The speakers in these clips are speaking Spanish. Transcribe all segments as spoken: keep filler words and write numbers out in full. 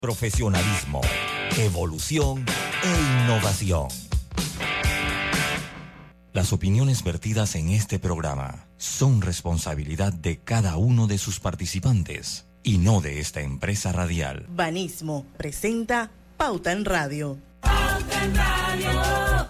Profesionalismo, evolución e innovación. Las opiniones vertidas en este programa son responsabilidad de cada uno de sus participantes y no de esta empresa radial. Banismo presenta Pauta en Radio. Pauta en Radio.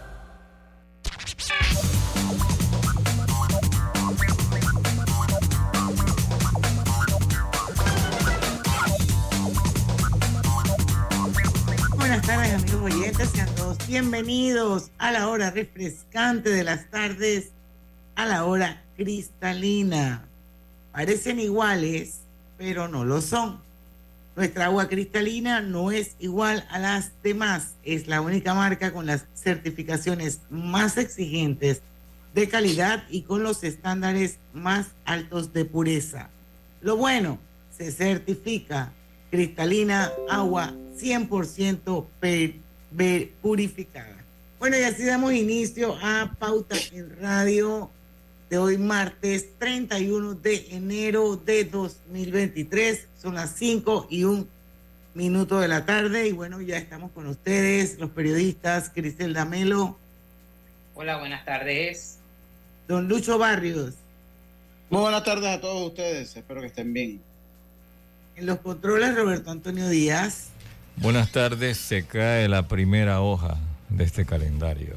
Buenas tardes, amigos oyentes, sean todos bienvenidos a la hora refrescante de las tardes, a la hora cristalina. Parecen iguales, pero no lo son. Nuestra agua cristalina no es igual a las demás, es la única marca con las certificaciones más exigentes de calidad y con los estándares más altos de pureza. Lo bueno, se certifica cristalina, agua cien por ciento purificada. Bueno, y así damos inicio a Pauta en Radio de hoy martes treinta y uno de enero de dos mil veintitrés. Son las cinco y un minuto de la tarde y bueno, ya estamos con ustedes, los periodistas Griselda Melo. Hola, buenas tardes. Don Lucho Barrios. Muy buenas tardes a todos ustedes, espero que estén bien. En los controles, Roberto Antonio Díaz. Buenas tardes, se cae la primera hoja de este calendario.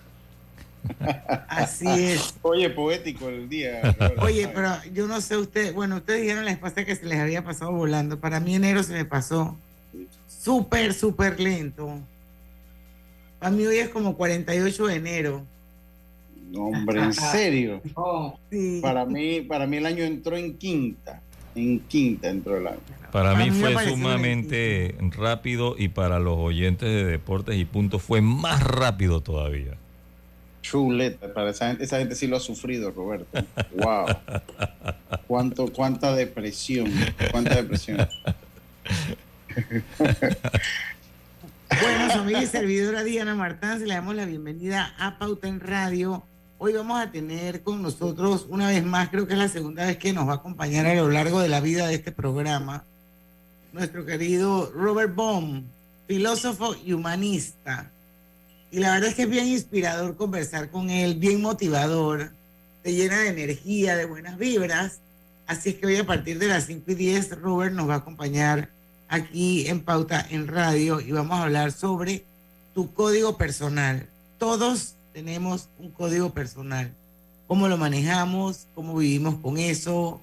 Así es. Oye, poético el día. Oye, pero yo no sé usted, bueno, ustedes dijeron la vez pasada que se les había pasado volando. Para mí enero se me pasó súper, súper lento. Para mí hoy es como cuarenta y ocho de enero. No, hombre, ¿en serio? Oh, sí. Para mí, para mí el año entró en quinta. En quinta entró el año. Para, para mí, mí fue sumamente rápido y para los oyentes de Deportes y Puntos fue más rápido todavía. Chuleta, para esa gente, esa gente sí lo ha sufrido, Roberto. Wow. Cuánto, cuánta depresión, cuánta depresión. Bueno, su amiga y servidora Diana Martán, le damos la bienvenida a Pauta en Radio. Hoy vamos a tener con nosotros una vez más, creo que es la segunda vez que nos va a acompañar a lo largo de la vida de este programa, nuestro querido Robert Bohm, filósofo y humanista. Y la verdad es que es bien inspirador conversar con él, bien motivador, te llena de energía, de buenas vibras. Así es que hoy a partir de las cinco y diez, Robert nos va a acompañar aquí en Pauta en Radio y vamos a hablar sobre tu código personal. Todos tenemos un código personal. ¿Cómo lo manejamos? ¿Cómo vivimos con eso?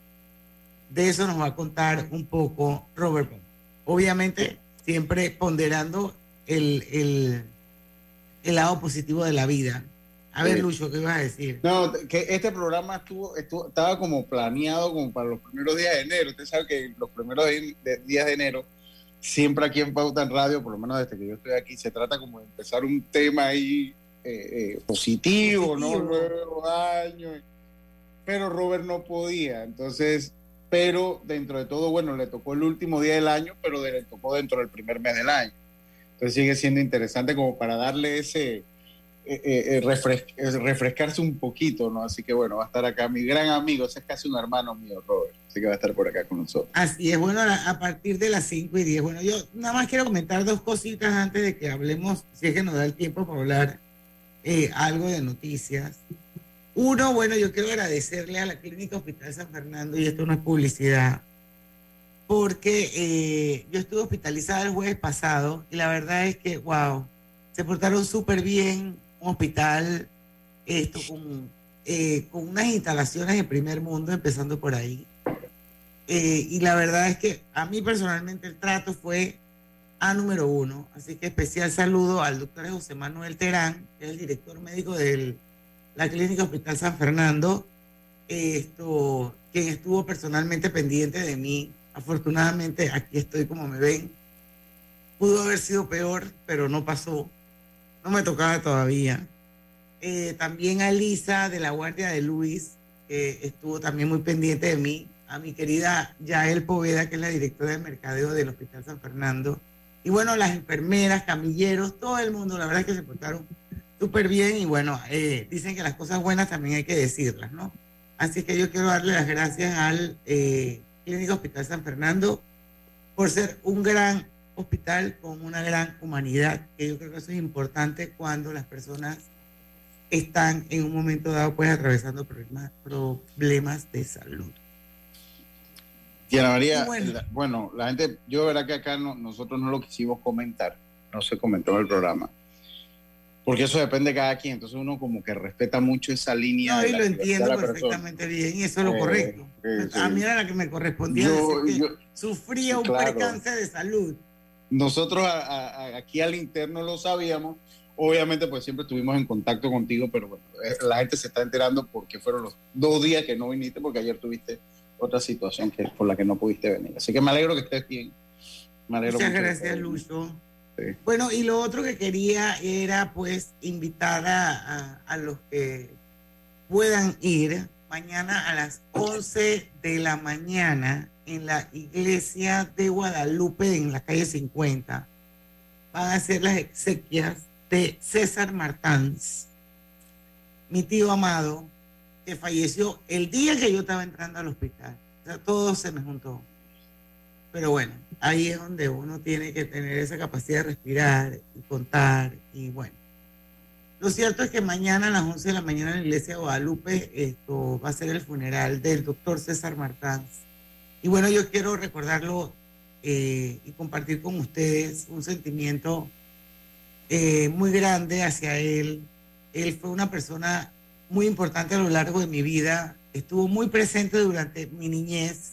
De eso nos va a contar un poco Robert Bohm. Obviamente, siempre ponderando el, el, el lado positivo de la vida. A ver, Lucho, ¿qué ibas a decir? No, que este programa estuvo, estuvo estaba como planeado como para los primeros días de enero. Usted sabe que los primeros de, de, días de enero, siempre aquí en Pauta en Radio, por lo menos desde que yo estoy aquí, se trata como de empezar un tema ahí Eh, eh, positivo, positivo, ¿no? Nuevo año. Pero Robert no podía, entonces, pero dentro de todo, bueno, le tocó el último día del año, pero le tocó dentro del primer mes del año. Entonces sigue siendo interesante como para darle ese, eh, eh, refres refrescarse un poquito, ¿no? Así que bueno, va a estar acá mi gran amigo, ese es casi un hermano mío, Robert, así que va a estar por acá con nosotros. Así es, bueno, a, a partir de las cinco y diez, bueno, yo nada más quiero comentar dos cositas antes de que hablemos, si es que nos da el tiempo para hablar Eh, algo de noticias. Uno, bueno, yo quiero agradecerle a la Clínica Hospital San Fernando, y esto no es publicidad, porque eh, yo estuve hospitalizada el jueves pasado y la verdad es que, wow, se portaron súper bien, un hospital esto con, eh, con unas instalaciones de primer mundo, empezando por ahí. Eh, y la verdad es que a mí personalmente el trato fue a número uno, así que especial saludo al doctor José Manuel Terán, que es el director médico de la Clínica Hospital San Fernando, esto, quien estuvo personalmente pendiente de mí. Afortunadamente aquí estoy como me ven. Pudo haber sido peor, pero no pasó, no me tocaba todavía. Eh, también a Lisa de la Guardia de Luis, que estuvo también muy pendiente de mí, a mi querida Yael Poveda, que es la directora de mercadeo del Hospital San Fernando. Y bueno, las enfermeras, camilleros, todo el mundo, la verdad es que se portaron súper bien. Y bueno, eh, dicen que las cosas buenas también hay que decirlas, ¿no? Así que yo quiero darle las gracias al eh, Clínica Hospital San Fernando por ser un gran hospital con una gran humanidad, que yo creo que eso es importante cuando las personas están en un momento dado pues atravesando problemas, problemas de salud. Diana María, bueno. La, bueno, la gente, yo verá que acá no, nosotros no lo quisimos comentar, no se comentó en el programa, porque eso depende de cada quien, entonces uno como que respeta mucho esa línea. No, de y la lo entiendo perfectamente persona. bien, y eso es lo eh, correcto. Eh, sí. A mí era la que me correspondía yo, decir que yo, sufría un claro. percance de salud. Nosotros a, a, aquí al interno lo sabíamos, obviamente pues siempre estuvimos en contacto contigo, pero bueno, la gente se está enterando porque fueron los dos días que no viniste, porque ayer tuviste otra situación que, por la que no pudiste venir. Así que me alegro que estés bien. Me alegro Muchas mucho gracias, Lucho. Sí. Bueno, y lo otro que quería era pues invitar a, a, a los que puedan ir mañana a las once de la mañana en la iglesia de Guadalupe, en la calle cincuenta. Van a hacer las exequias de César Martans, mi tío amado, que falleció el día que yo estaba entrando al hospital. O sea, todo se me juntó. Pero bueno, ahí es donde uno tiene que tener esa capacidad de respirar y contar. Y bueno, lo cierto es que mañana a las once de la mañana en la iglesia de Guadalupe esto va a ser el funeral del doctor César Martans. Y bueno, yo quiero recordarlo eh, y compartir con ustedes un sentimiento eh, muy grande hacia él. Él fue una persona muy importante a lo largo de mi vida, estuvo muy presente durante mi niñez,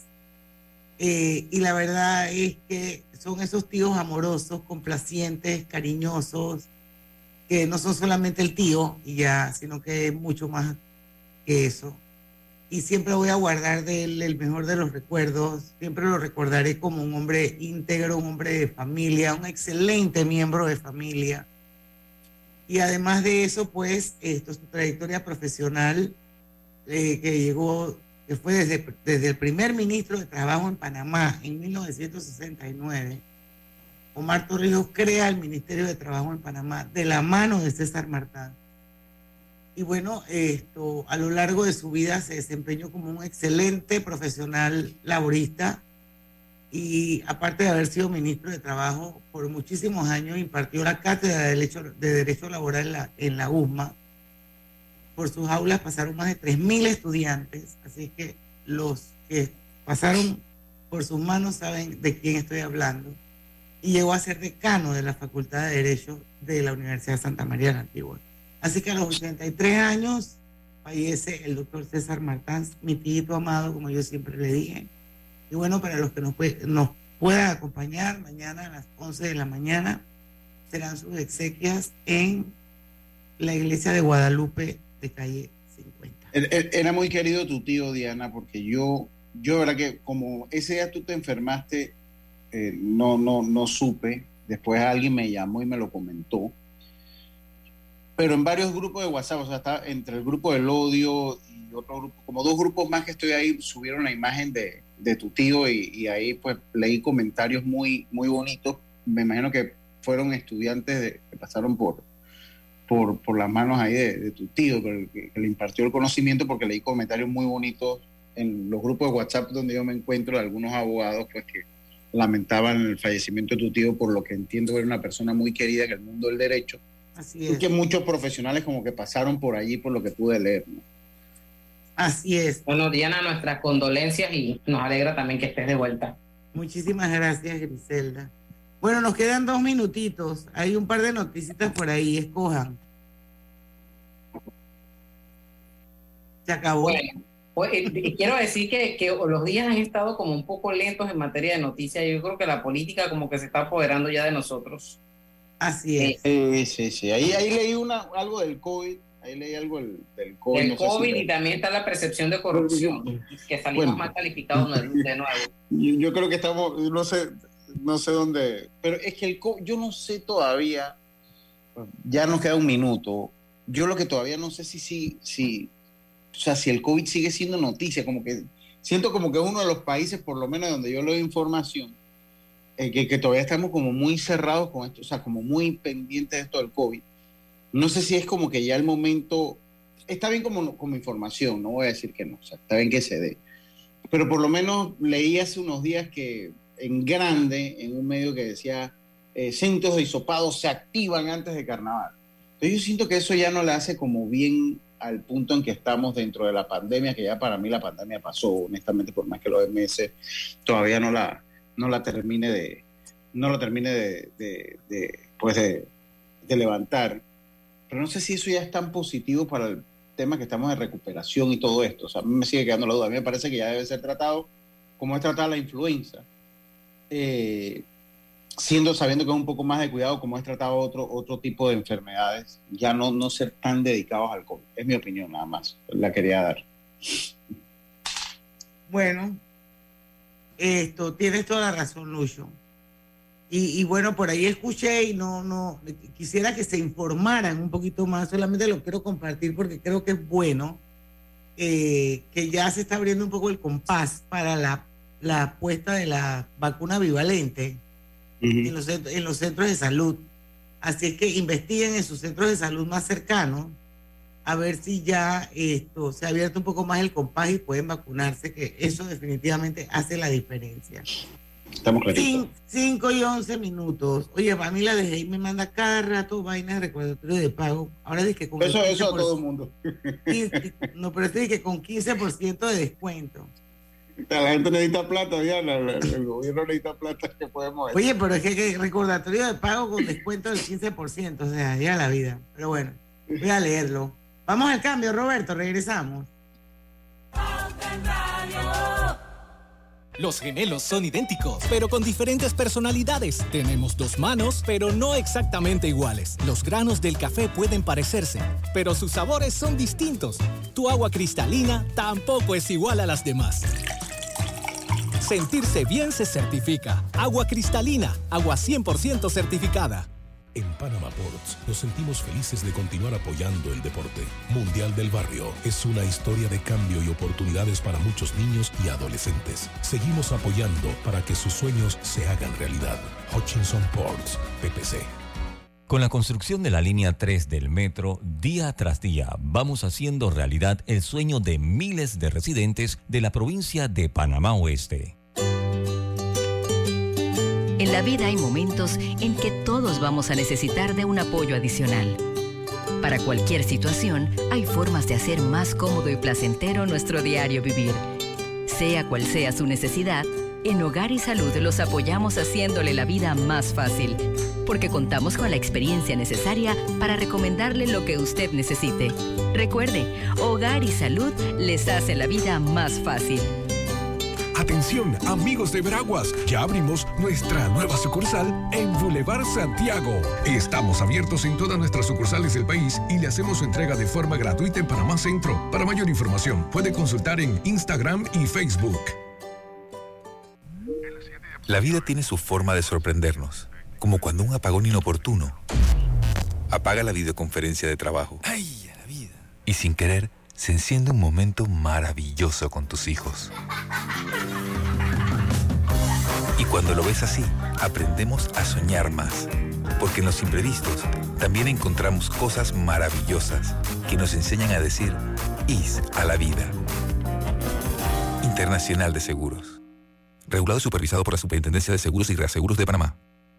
eh, y la verdad es que son esos tíos amorosos, complacientes, cariñosos, que no son solamente el tío y ya, sino que es mucho más que eso. Y siempre voy a guardar de él el mejor de los recuerdos, siempre lo recordaré como un hombre íntegro, un hombre de familia, un excelente miembro de familia. Y además de eso, pues, esto, su trayectoria profesional, eh, que llegó, que fue desde, desde el primer ministro de Trabajo en Panamá en mil novecientos sesenta y nueve. Omar Torrijos crea el Ministerio de Trabajo en Panamá de la mano de César Martans. Y bueno, esto, a lo largo de su vida se desempeñó como un excelente profesional laborista. Y aparte de haber sido ministro de Trabajo por muchísimos años, impartió la cátedra de Derecho, de Derecho Laboral en la, en la U S M A. Por sus aulas pasaron más de tres mil estudiantes, así que los que pasaron por sus manos saben de quién estoy hablando. Y llegó a ser decano de la Facultad de Derecho de la Universidad de Santa María de la Antigua. Así que a los ochenta y tres años fallece el doctor César Martans, mi tío amado, como yo siempre le dije. Y bueno, para los que nos, puede, nos puedan acompañar, mañana a las once de la mañana serán sus exequias en la iglesia de Guadalupe de calle cincuenta. Era muy querido tu tío, Diana, porque yo, yo verdad que como ese día tú te enfermaste, eh, no, no, no supe, después alguien me llamó y me lo comentó, pero en varios grupos de WhatsApp, o sea, está entre el grupo del odio y otro grupo, como dos grupos más que estoy ahí, subieron la imagen de, de tu tío y, y ahí pues leí comentarios muy, muy bonitos. Me imagino que fueron estudiantes de, que pasaron por, por, por las manos ahí de, de tu tío, que, que, que le impartió el conocimiento, porque leí comentarios muy bonitos en los grupos de WhatsApp donde yo me encuentro, de algunos abogados pues que lamentaban el fallecimiento de tu tío, por lo que entiendo era una persona muy querida en el mundo del derecho. Así es. Y que muchos profesionales como que pasaron por allí por lo que pude leer, ¿no? Así es. Bueno, Diana, nuestras condolencias y nos alegra también que estés de vuelta. Muchísimas gracias, Griselda. Bueno, nos quedan dos minutitos. Hay un par de noticias por ahí, escojan. Se acabó. Bueno, pues, eh, quiero decir que, que los días han estado como un poco lentos en materia de noticias. Yo creo que la política como que se está apoderando ya de nosotros. Así es. Sí, sí, sí. Ahí, ahí leí una, algo del COVID. Ahí leí algo del, del COVID. El no COVID sé si y también está la percepción de corrupción, que salimos bueno, más calificados de nuevo. Yo, yo creo que estamos, no sé, no sé dónde, pero es que el COVID, yo no sé todavía, ya nos queda un minuto, yo lo que todavía no sé si, si, si, o sea, si el COVID sigue siendo noticia, como que siento como que es uno de los países, por lo menos donde yo leo información, eh, que, que todavía estamos como muy cerrados con esto, o sea, como muy pendientes de esto del COVID. No sé si es como que ya el momento, está bien como, como información, no voy a decir que no, o sea, está bien que se dé, pero por lo menos leí hace unos días que en grande en un medio que decía eh, centros de hisopado se activan antes de carnaval. Entonces yo siento que eso ya no le hace como bien al punto en que estamos dentro de la pandemia, que ya para mí la pandemia pasó, honestamente, por más que los O M S todavía no la, no la termine de, no la termine de, de, de, pues de, de levantar. Pero no sé si eso ya es tan positivo para el tema que estamos de recuperación y todo esto. O sea, a mí me sigue quedando la duda. A mí me parece que ya debe ser tratado como es tratada la influenza, eh, siendo, sabiendo que es un poco más de cuidado como es tratado otro, otro tipo de enfermedades, ya no, no ser tan dedicados al COVID. Es mi opinión nada más, la quería dar. Bueno, esto, tienes toda la razón, Lucho. Y, y bueno, por ahí escuché y no, no, quisiera que se informaran un poquito más, solamente lo quiero compartir porque creo que es bueno, eh, que ya se está abriendo un poco el compás para la, la puesta de la vacuna bivalente uh-huh. en, los, en los centros de salud. Así es que investiguen en sus centros de salud más cercanos a ver si ya esto se ha abierto un poco más el compás y pueden vacunarse, que eso definitivamente hace la diferencia. Estamos claritos. cinco y once minutos. Oye, para mí la D G I me manda cada rato vainas de recordatorio de pago. Ahora dice que con eso, eso a todo el mundo. quince, no, pero este dice que con quince por ciento de descuento. La gente necesita plata, Diana. El, el gobierno necesita plata que podemos hacer. Oye, pero es que, que recordatorio de pago con descuento del quince por ciento. O sea, ya la vida. Pero bueno, voy a leerlo. Vamos al cambio, Roberto. Regresamos. Los gemelos son idénticos, pero con diferentes personalidades. Tenemos dos manos, pero no exactamente iguales. Los granos del café pueden parecerse, pero sus sabores son distintos. Tu agua cristalina tampoco es igual a las demás. Sentirse bien se certifica. Agua cristalina, agua cien por ciento certificada. En Panama Ports nos sentimos felices de continuar apoyando el deporte. Mundial del Barrio es una historia de cambio y oportunidades para muchos niños y adolescentes. Seguimos apoyando para que sus sueños se hagan realidad. Hutchinson Ports, P P C. Con la construcción de la línea tres del metro, día tras día vamos haciendo realidad el sueño de miles de residentes de la provincia de Panamá Oeste. En la vida hay momentos en que todos vamos a necesitar de un apoyo adicional. Para cualquier situación, hay formas de hacer más cómodo y placentero nuestro diario vivir. Sea cual sea su necesidad, en Hogar y Salud los apoyamos haciéndole la vida más fácil, porque contamos con la experiencia necesaria para recomendarle lo que usted necesite. Recuerde, Hogar y Salud les hace la vida más fácil. Atención, amigos de Veraguas, ya abrimos nuestra nueva sucursal en Boulevard Santiago. Estamos abiertos en todas nuestras sucursales del país y le hacemos su entrega de forma gratuita en Panamá Centro. Para mayor información, puede consultar en Instagram y Facebook. La vida tiene su forma de sorprendernos, como cuando un apagón inoportuno apaga la videoconferencia de trabajo. ¡Ay, a la vida! Y sin querer, se enciende un momento maravilloso con tus hijos. Y cuando lo ves así, aprendemos a soñar más. Porque en los imprevistos también encontramos cosas maravillosas que nos enseñan a decir IS a la vida. Internacional de Seguros. Regulado y supervisado por la Superintendencia de Seguros y Reaseguros de Panamá.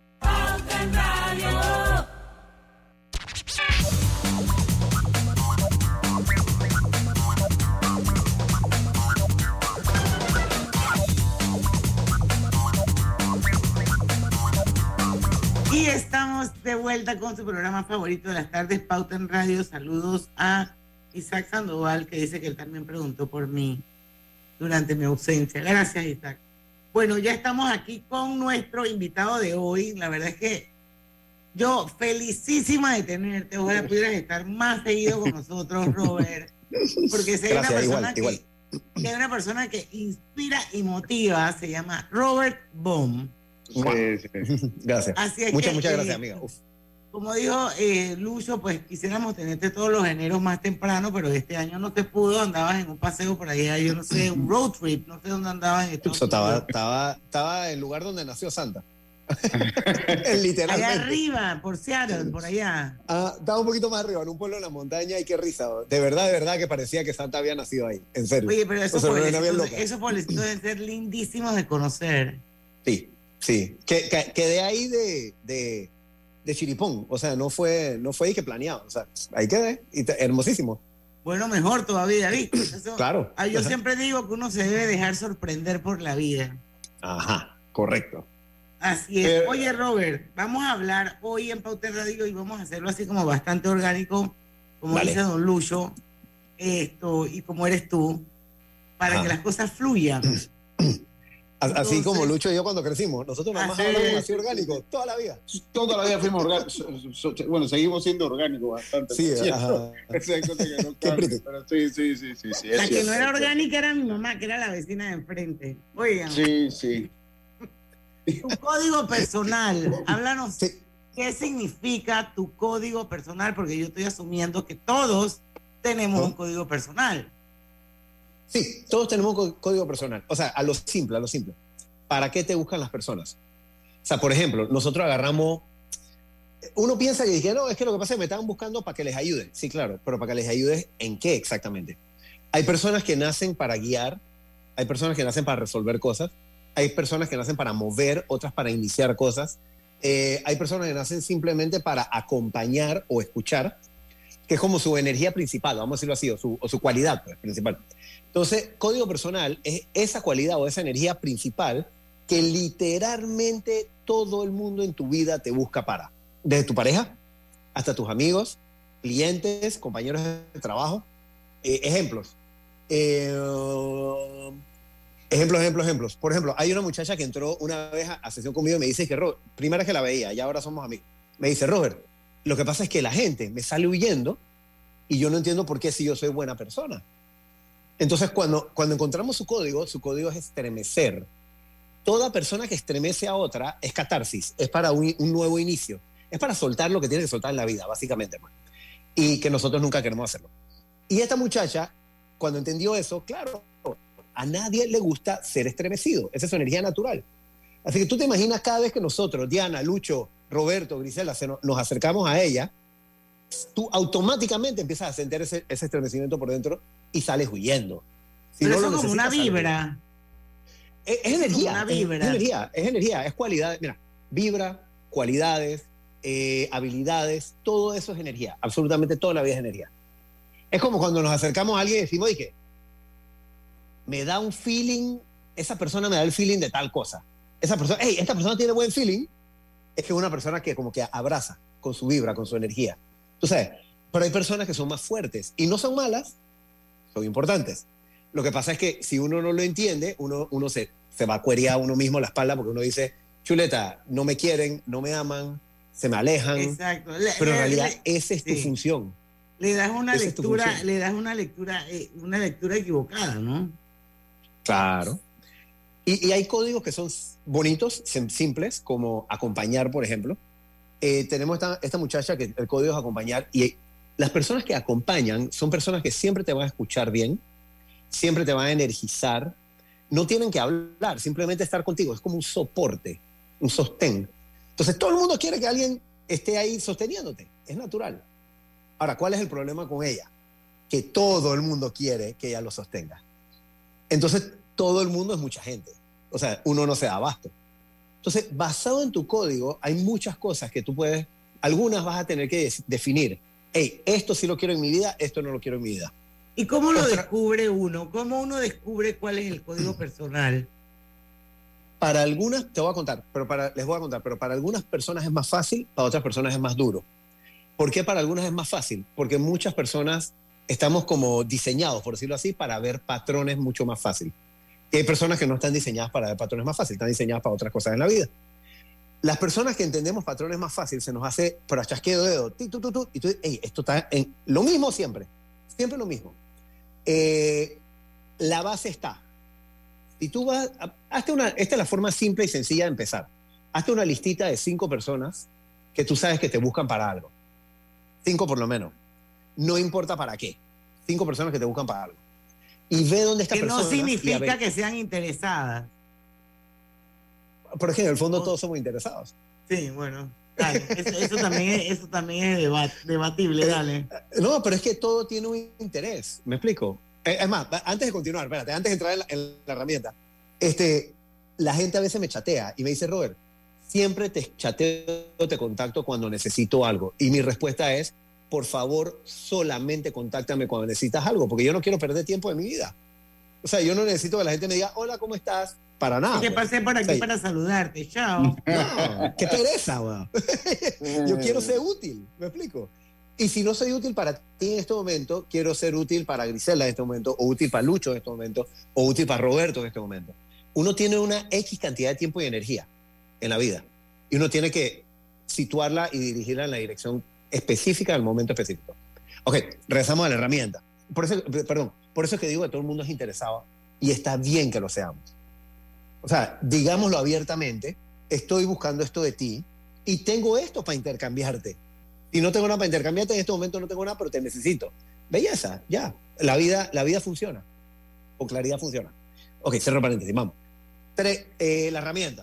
Y estamos de vuelta con su programa favorito de las tardes, Pauta en Radio. Saludos a Isaac Sandoval, que dice que él también preguntó por mí durante mi ausencia. Gracias, Isaac. Bueno, ya estamos aquí con nuestro invitado de hoy. La verdad es que yo felicísima de tenerte. Ojalá pudieras estar más seguido con nosotros, Robert. Porque si hay una persona que, igual. que hay una persona que inspira y motiva, se llama Robert Baum. Sí, sí. Gracias. Así es muchas, que, muchas eh, gracias, amiga. Uf. Como dijo eh, Lucho, pues quisiéramos tenerte todos los eneros más temprano, pero este año no te pudo, andabas en un paseo por allá, yo no sé, un road trip, no sé dónde andabas. En Estados estaba, estaba, estaba en el lugar donde nació Santa. Literalmente. Allá arriba, por Seattle, por allá. Ah, estaba un poquito más arriba, en un pueblo en la montaña, y qué risa. De verdad, de verdad que parecía que Santa había nacido ahí, en serio. Oye, pero esos o sea, pueblecitos, esos pueblecitos deben ser lindísimos de conocer. Sí, sí. Que, que, que de ahí de, de, de chiripón. O sea, no fue, no fue ahí que planeado. O sea, ahí quedé. Y te, hermosísimo. Bueno, mejor todavía, ¿viste? Eso, claro. Ah, yo Ajá. siempre digo que uno se debe dejar sorprender por la vida. Ajá, correcto. Así es. Pero- Oye, Robert, vamos a hablar hoy en Pauta en Radio y vamos a hacerlo así como bastante orgánico, como Vale. dice Don Lucho, esto y como eres tú, para Ajá. que las cosas fluyan. Así Entonces- como Lucho y yo cuando crecimos. Nosotros nada más Así hablamos es. así orgánico, toda la vida. Toda la vida fuimos orgánicos. Bueno, seguimos siendo orgánicos bastante. Sí, ¿no es cierto? ajá. Esa es cosa que no Qué cambia, pretty. pero sí, sí, sí, sí, sí, es La que cierto, no era es cierto. orgánica era mi mamá, que era la vecina de enfrente. Oigan, Sí, sí. tu código personal, háblanos. Sí. ¿Qué significa tu código personal? Porque yo estoy asumiendo que todos tenemos ¿No? un código personal. Sí, todos tenemos un código personal. O sea, a lo simple, a lo simple. ¿Para qué te buscan las personas? O sea, por ejemplo, nosotros agarramos... Uno piensa que dije, no, es que lo que pasa es que me estaban buscando para que les ayude. Sí, claro, pero para que les ayudes, ¿en qué exactamente? Hay personas que nacen para guiar, hay personas que nacen para resolver cosas, hay personas que nacen para mover, otras para iniciar cosas, eh, hay personas que nacen simplemente para acompañar o escuchar, que es como su energía principal, vamos a decirlo así, o su, o su cualidad pues, principal. Entonces, código personal es esa cualidad o esa energía principal que literalmente todo el mundo en tu vida te busca para. Desde tu pareja hasta tus amigos, clientes, compañeros de trabajo. Eh, ejemplos. Eh, ejemplos, ejemplos, ejemplos. Por ejemplo, hay una muchacha que entró una vez a, a sesión conmigo y me dice que, Robert, primera vez que la veía, y ahora somos amigos. Me dice, Robert, lo que pasa es que la gente me sale huyendo y yo no entiendo por qué si yo soy buena persona. Entonces, cuando, cuando encontramos su código, su código es estremecer. Toda persona que estremece a otra es catarsis, es para un, un nuevo inicio, es para soltar lo que tiene que soltar en la vida, básicamente. Pues. Y que nosotros nunca queremos hacerlo. Y esta muchacha, cuando entendió eso, claro, a nadie le gusta ser estremecido, esa es su energía natural. Así que tú te imaginas cada vez que nosotros, Diana, Lucho, Roberto, Grisela, se no, nos acercamos a ella, tú automáticamente empiezas a sentir ese, ese estremecimiento por dentro y sales huyendo. Si Pero no eso lo es como una necesitas, sales vibra. Es, es Eso es energía, como una es- vibra. Es, energía, es energía, es cualidad. Mira, vibra, cualidades, eh, habilidades, todo eso es energía. Absolutamente toda la vida es energía. Es como cuando nos acercamos a alguien y decimos, oye, me da un feeling, esa persona me da el feeling de tal cosa. Esa persona, hey, esta persona tiene buen feeling, es que es una persona que como que abraza con su vibra, con su energía. Tú sabes, pero hay personas que son más fuertes y no son malas, son importantes. Lo que pasa es que si uno no lo entiende, uno, uno se, se va a cuerear a uno mismo la espalda porque uno dice, chuleta, no me quieren, no me aman, se me alejan. Exacto. Le- Pero en le- realidad le- esa es tu sí. función. Le das una Esa es tu lectura, función. le das una lectura, eh, una lectura equivocada, ¿no? Claro. Y, y hay códigos que son bonitos, sim- simples, como acompañar, por ejemplo. Eh, tenemos esta, esta muchacha que el código es acompañar y las personas que acompañan son personas que siempre te van a escuchar bien, siempre te van a energizar, no tienen que hablar, simplemente estar contigo, es como un soporte, un sostén. Entonces todo el mundo quiere que alguien esté ahí sosteniéndote, es natural. Ahora, ¿cuál es el problema con ella? Que todo el mundo quiere que ella lo sostenga. Entonces, todo el mundo es mucha gente. O sea, uno no se da abasto. Entonces, basado en tu código, hay muchas cosas que tú puedes, algunas vas a tener que des- definir. Hey, esto sí lo quiero en mi vida, esto no lo quiero en mi vida. ¿Y cómo lo Otra- descubre uno? ¿Cómo uno descubre cuál es el código personal? Para algunas, te voy a contar, pero para, les voy a contar, pero para algunas personas es más fácil, para otras personas es más duro. ¿Por qué para algunas es más fácil? Porque muchas personas estamos como diseñados, por decirlo así, para ver patrones mucho más fácil. Y hay personas que no están diseñadas para ver patrones más fácil, están diseñadas para otras cosas en la vida. Las personas que entendemos patrones más fácil se nos hace por chasqueo de dedo, ti, tu, tu, tu, y tú, hey, esto está en lo mismo siempre, siempre lo mismo. Eh, la base está. Si tú vas, a- hazte una, esta es la forma simple y sencilla de empezar. Hazte una listita de cinco personas que tú sabes que te buscan para algo. Cinco por lo menos. No importa para qué. Cinco personas que te buscan para algo. Y ve dónde estas Que no personas. y a significa ver- que sean interesadas. Por ejemplo, en el fondo todos somos interesados. Sí, bueno. Dale, eso, eso también es, eso también es debat- debatible, dale. No, pero es que todo tiene un interés. ¿Me explico? Eh, Es más, antes de continuar, espérate, antes de entrar en la, en la herramienta, este, la gente a veces me chatea y me dice, Robert, siempre te chateo, te contacto cuando necesito algo. Y mi respuesta es, por favor, solamente contáctame cuando necesitas algo, porque yo no quiero perder tiempo de mi vida. O sea, yo no necesito que la gente me diga, hola, ¿cómo estás? Para nada. Es que pasé por aquí, o sea, para saludarte, chao. No, qué pereza, weón. Yo quiero ser útil, ¿me explico? Y si no soy útil para ti en este momento, quiero ser útil para Grisela en este momento, o útil para Lucho en este momento, o útil para Roberto en este momento. Uno tiene una X cantidad de tiempo y energía en la vida, y uno tiene que situarla y dirigirla en la dirección específica del momento específico. Ok, regresamos a la herramienta. Por eso, perdón, por eso es que digo que todo el mundo es interesado, y está bien que lo seamos. O sea, digámoslo abiertamente, estoy buscando esto de ti, y tengo esto para intercambiarte. Y no tengo nada para intercambiarte, en este momento no tengo nada, pero te necesito. Belleza, ya. La vida, la vida funciona. Con claridad funciona. Ok, cierro paréntesis, vamos. Tres, eh, la herramienta.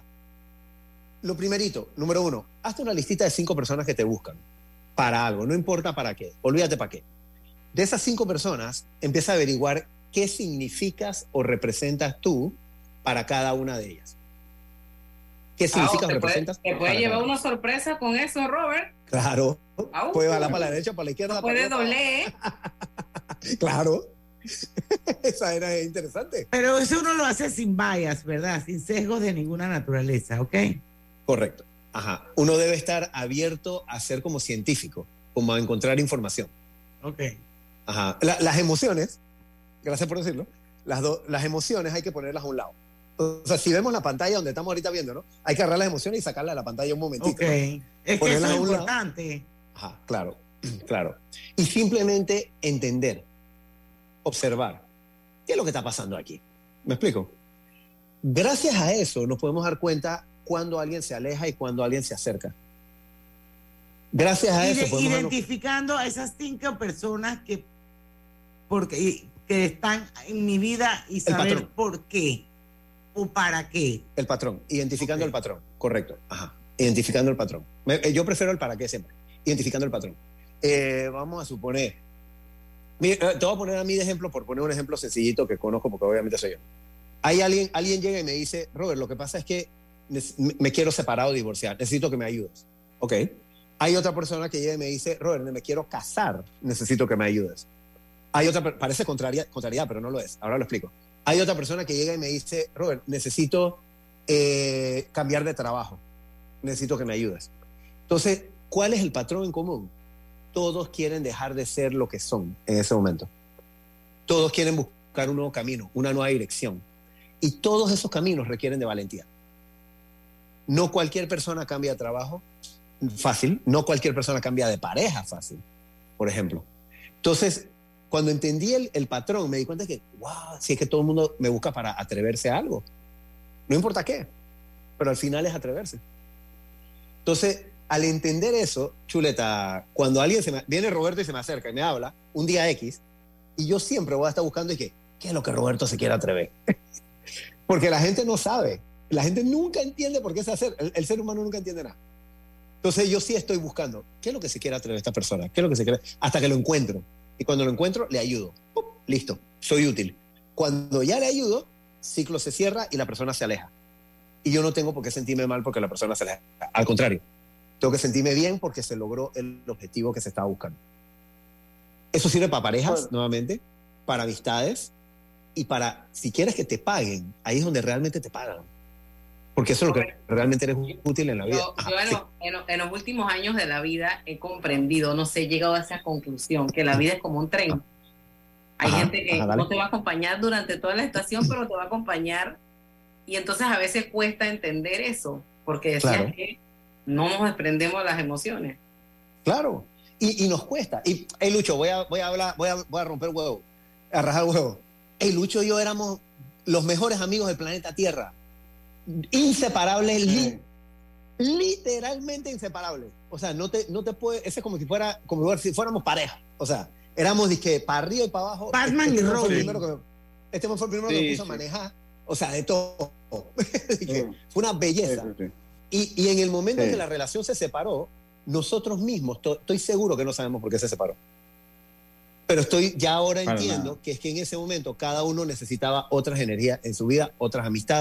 Lo primerito, número uno, hazte una listita de cinco personas que te buscan para algo, no importa para qué, olvídate para qué. De esas cinco personas, empieza a averiguar qué significas o representas tú para cada una de ellas. ¿Qué significas o representas? ¿Te puede llevar una sorpresa con eso, Robert? Claro. Au, puede bajar para la derecha, para la izquierda. No puede doler. Claro. Esa era interesante. Pero eso uno lo hace sin bias, ¿verdad? Sin sesgos de ninguna naturaleza, ¿ok? Correcto. Ajá. Uno debe estar abierto a ser como científico, como a encontrar información. Ok. Ajá. La, las emociones, gracias por decirlo, las, do, las emociones hay que ponerlas a un lado. O sea, si vemos la pantalla donde estamos ahorita viendo, ¿no? Hay que agarrar las emociones y sacarla de la pantalla un momentito. Ok. ¿No? Es que eso es importante. Ajá, claro, claro. Y simplemente entender, observar, ¿qué es lo que está pasando aquí? ¿Me explico? Gracias a eso nos podemos dar cuenta cuando alguien se aleja y cuando alguien se acerca. Gracias a y eso de, podemos identificando darnos... a esas cinco personas que, porque, que están en mi vida y saber por qué o para qué. El patrón, identificando okay. el patrón, correcto. Ajá, identificando el patrón. Me, yo prefiero el para qué siempre, identificando el patrón. Eh, vamos a suponer, te voy a poner a mí de ejemplo por poner un ejemplo sencillito que conozco porque obviamente soy yo. Hay alguien, alguien llega y me dice, Robert, lo que pasa es que me quiero separar o divorciar, necesito que me ayudes. Ok. Hay otra persona que llega y me dice, Robert, me quiero casar, necesito que me ayudes. Hay otra, parece contraria, contrariedad, pero no lo es, ahora lo explico. Hay otra persona que llega y me dice, Robert, necesito eh, cambiar de trabajo, necesito que me ayudes. Entonces, ¿cuál es el patrón en común? Todos quieren dejar de ser lo que son en ese momento. Todos quieren buscar un nuevo camino, una nueva dirección. Y todos esos caminos requieren de valentía. No cualquier persona cambia de trabajo fácil, no cualquier persona cambia de pareja fácil, por ejemplo. Entonces, cuando entendí el, el patrón, me di cuenta que, wow, si es que todo el mundo me busca para atreverse a algo. No importa qué, pero al final es atreverse. Entonces, al entender eso, chuleta, cuando alguien se me, viene Roberto y se me acerca y me habla, un día X, y yo siempre voy a estar buscando y que, ¿qué es lo que Roberto se quiere atrever? Porque la gente no sabe. La gente nunca entiende por qué se hace. El, el ser humano nunca entiende nada. Entonces yo sí estoy buscando, ¿qué es lo que se quiere atrever esta persona? ¿Qué es lo que se quiere? Hasta que lo encuentro. Y cuando lo encuentro, le ayudo. ¡Pum! Listo, soy útil. Cuando ya le ayudo, ciclo se cierra y la persona se aleja. Y yo no tengo por qué sentirme mal porque la persona se aleja. Al contrario, tengo que sentirme bien porque se logró el objetivo que se estaba buscando. Eso sirve para parejas, bueno. nuevamente, para amistades y para, si quieres que te paguen, ahí es donde realmente te pagan. Porque eso es lo que realmente eres útil en la vida. Yo, Ajá, yo en, sí. los, en, los, en los últimos años de la vida he comprendido, no sé, he llegado a esa conclusión, que la vida es como un tren. Hay ajá, gente que ajá, no te va a acompañar durante toda la estación, pero te va a acompañar. Y entonces a veces cuesta entender eso, porque decías claro. que no nos desprendemos de las emociones. Claro, y, y nos cuesta. Y, hey, Lucho, voy a, voy a hablar, voy a, voy a romper huevo, a rajar huevo. Hey, Lucho y yo éramos los mejores amigos del planeta Tierra. Inseparables, li, literalmente inseparables. O sea, no te, no te puede, ese es como si fuera, como si fuéramos pareja. O sea, éramos disque para arriba y para abajo. Batman este, y Robin. Este fue el primero sí, que me puso sí. a manejar. O sea, de todo. Fue una belleza. Sí, sí, sí. Y, y en el momento sí. en que la relación se separó, nosotros mismos, to, estoy seguro que no sabemos por qué se separó. Pero estoy, ya ahora entiendo que es que en ese momento cada uno necesitaba otras energías en su vida, otras amistades,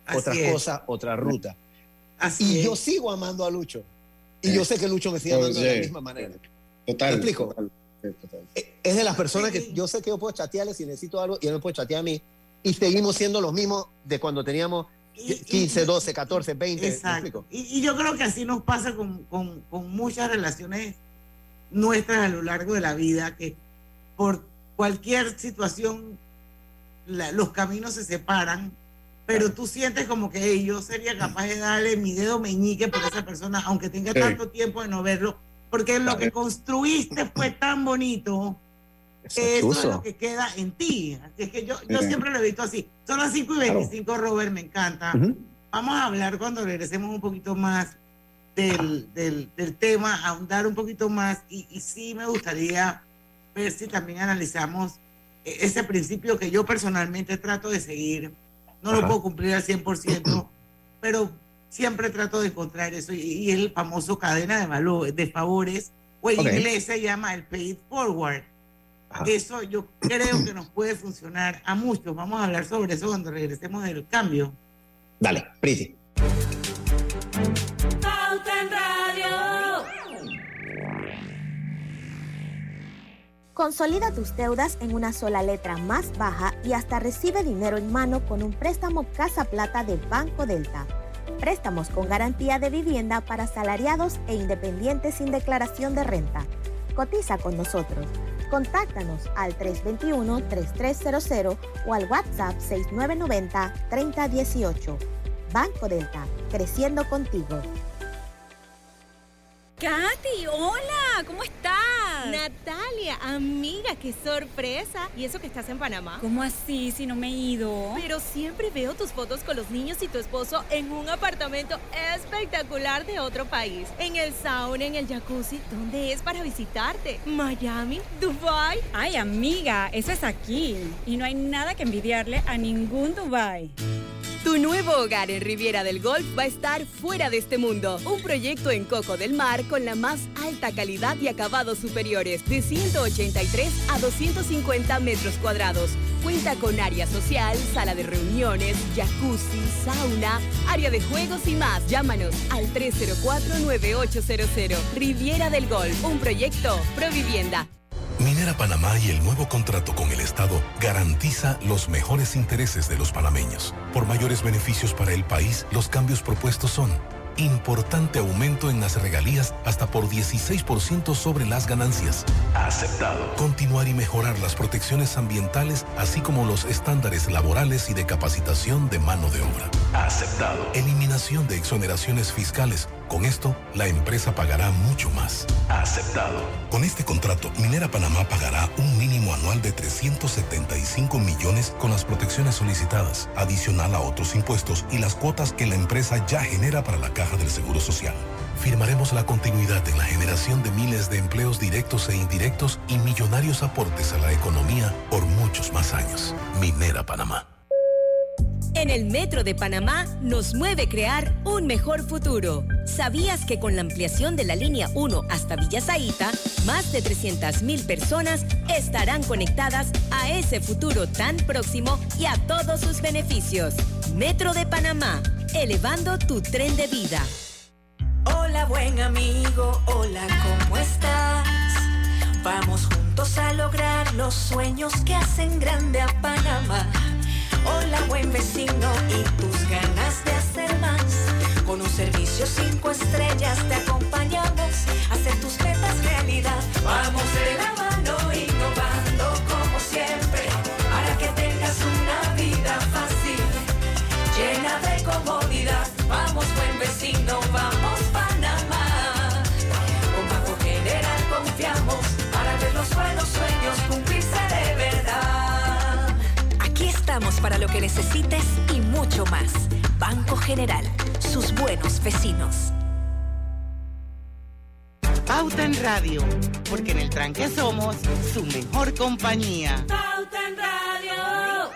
Así otras es. cosas, otra ruta. Así y es. Yo sigo amando a Lucho. Y eh. yo sé que Lucho me sigue amando de la misma manera. Total. ¿Me explico? Total, total. Es de las personas que yo sé que yo puedo chatearle si necesito algo y él me puede chatear a mí. Y seguimos siendo los mismos de cuando teníamos quince, doce, catorce, veinte. Exacto. Y, y yo creo que así nos pasa con, con, con muchas relaciones nuestras a lo largo de la vida, que por cualquier situación la, los caminos se separan, pero tú sientes como que hey, yo sería capaz de darle mi dedo meñique por esa persona, aunque tenga sí. tanto tiempo de no verlo, porque lo que construiste fue tan bonito que eso es lo que queda en ti. Así es que yo, yo sí. siempre lo he visto así. Son las cinco y veinticinco, claro. Robert, me encanta. Uh-huh. Vamos a hablar cuando regresemos un poquito más del, del, del tema, ahondar un poquito más, y, y sí me gustaría ver si también analizamos ese principio que yo personalmente trato de seguir. No Ajá. lo puedo cumplir al cien por ciento, pero siempre trato de encontrar eso, y, y es el famoso cadena de valor, de favores, o en okay. inglés se llama el pay it forward. Ajá. Eso yo creo que nos puede funcionar a muchos. Vamos a hablar sobre eso cuando regresemos del cambio. Dale, Priti. Pauta en Radio. Consolida tus deudas en una sola letra más baja y hasta recibe dinero en mano con un préstamo Casa Plata de Banco Delta. Préstamos con garantía de vivienda para asalariados e independientes sin declaración de renta. Cotiza con nosotros. Contáctanos al tres dos uno, tres tres cero cero o al WhatsApp seis nueve nueve cero, tres cero uno ocho. Banco Delta, creciendo contigo. Katy, hola, ¿cómo estás? Natalia, amiga, qué sorpresa. ¿Y eso que estás en Panamá? ¿Cómo así, si no me he ido? Pero siempre veo tus fotos con los niños y tu esposo en un apartamento espectacular de otro país. En el sauna, en el jacuzzi. ¿Dónde es para visitarte? ¿Miami? ¿Dubai? Ay, amiga, eso es aquí. Y no hay nada que envidiarle a ningún Dubai. Tu nuevo hogar en Riviera del Golf va a estar fuera de este mundo. Un proyecto en Coco del Mar con la más alta calidad y acabados superiores, de ciento ochenta y tres a doscientos cincuenta metros cuadrados. Cuenta con área social, sala de reuniones, jacuzzi, sauna, área de juegos y más. Llámanos al tres cero cuatro, nueve ocho cero cero. Riviera del Golf, un proyecto Provivienda. Minera Panamá y el nuevo contrato con el Estado garantiza los mejores intereses de los panameños. Por mayores beneficios para el país, los cambios propuestos son: importante aumento en las regalías hasta por dieciséis por ciento sobre las ganancias. Aceptado. Continuar y mejorar las protecciones ambientales, así como los estándares laborales y de capacitación de mano de obra. Aceptado. Eliminación de exoneraciones fiscales. Con esto, la empresa pagará mucho más. Aceptado. Con este contrato, Minera Panamá pagará un mínimo anual de trescientos setenta y cinco millones con las protecciones solicitadas, adicional a otros impuestos y las cuotas que la empresa ya genera para la Caja del Seguro Social. Firmaremos la continuidad en la generación de miles de empleos directos e indirectos y millonarios aportes a la economía por muchos más años. Minera Panamá. En el Metro de Panamá nos mueve crear un mejor futuro. ¿Sabías que con la ampliación de la línea uno hasta Villa Zaita, más de trescientas mil personas estarán conectadas a ese futuro tan próximo y a todos sus beneficios? Metro de Panamá, elevando tu tren de vida. Hola, buen amigo, hola, ¿cómo estás? Vamos juntos a lograr los sueños que hacen grande a Panamá. Hola, buen vecino, y tus ganas de hacer más. Con un servicio cinco estrellas te acompañamos a hacer tus metas realidad. Vamos de la mano innovando como siempre, para que tengas una vida fácil, llena de comodidad. Vamos, buen vecino, vamos Panamá. Con Banco General confiamos para ver los buenos sueños cumplirse de verdad. Aquí estamos para lo que necesites y mucho más. Banco General, sus buenos vecinos. Pauta en Radio, porque en el tranque somos su mejor compañía. Pauta en Radio.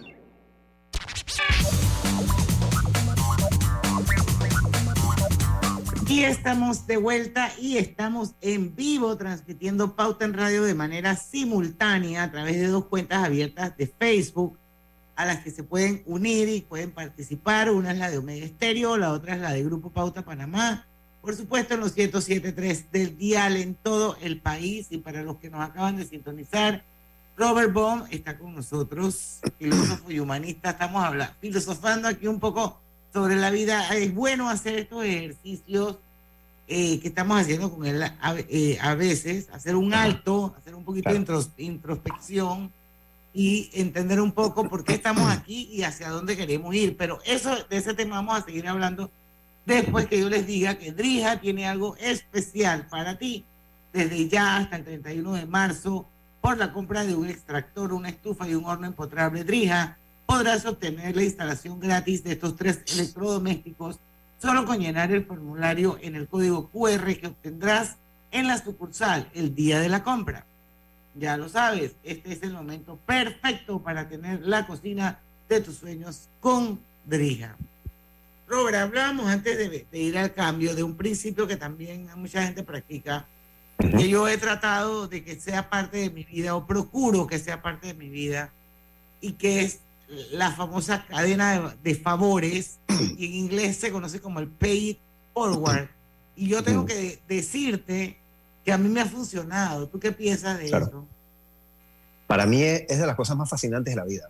Y estamos de vuelta y estamos en vivo transmitiendo Pauta en Radio de manera simultánea a través de dos cuentas abiertas de Facebook. a las que se pueden unir y pueden participar. Una es la de Omega Estéreo, la otra es la de Grupo Pauta Panamá. Por supuesto, en los ciento siete punto tres del dial en todo el país. Y para los que nos acaban de sintonizar, Robert Baum está con nosotros, filósofo y humanista. Estamos hablando, filosofando aquí un poco sobre la vida. Es bueno hacer estos ejercicios eh, que estamos haciendo con él a, eh, a veces, hacer un alto, hacer un poquito de intros, introspección y entender un poco por qué estamos aquí y hacia dónde queremos ir. Pero eso, de ese tema vamos a seguir hablando después que yo les diga que Drija tiene algo especial para ti desde ya hasta el treinta y uno de marzo. Por la compra de un extractor, una estufa y un horno empotrable Drija, podrás obtener la instalación gratis de estos tres electrodomésticos solo con llenar el formulario en el código cu erre que obtendrás en la sucursal el día de la compra. Ya lo sabes, este es el momento perfecto para tener la cocina de tus sueños con Drija. Robert, hablábamos antes de, de ir al cambio de un principio que también mucha gente practica, que yo he tratado de que sea parte de mi vida, o procuro que sea parte de mi vida, y que es la famosa cadena de, de favores, y en inglés se conoce como el pay it forward. Y yo tengo que decirte que a mí me ha funcionado. ¿Tú qué piensas de claro. eso? Para mí es, es de las cosas más fascinantes de la vida.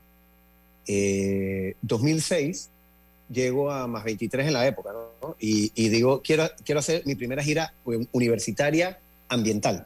Eh, dos mil seis, llego a más veintitrés en la época, ¿no? Y, y digo, quiero, quiero hacer mi primera gira universitaria ambiental.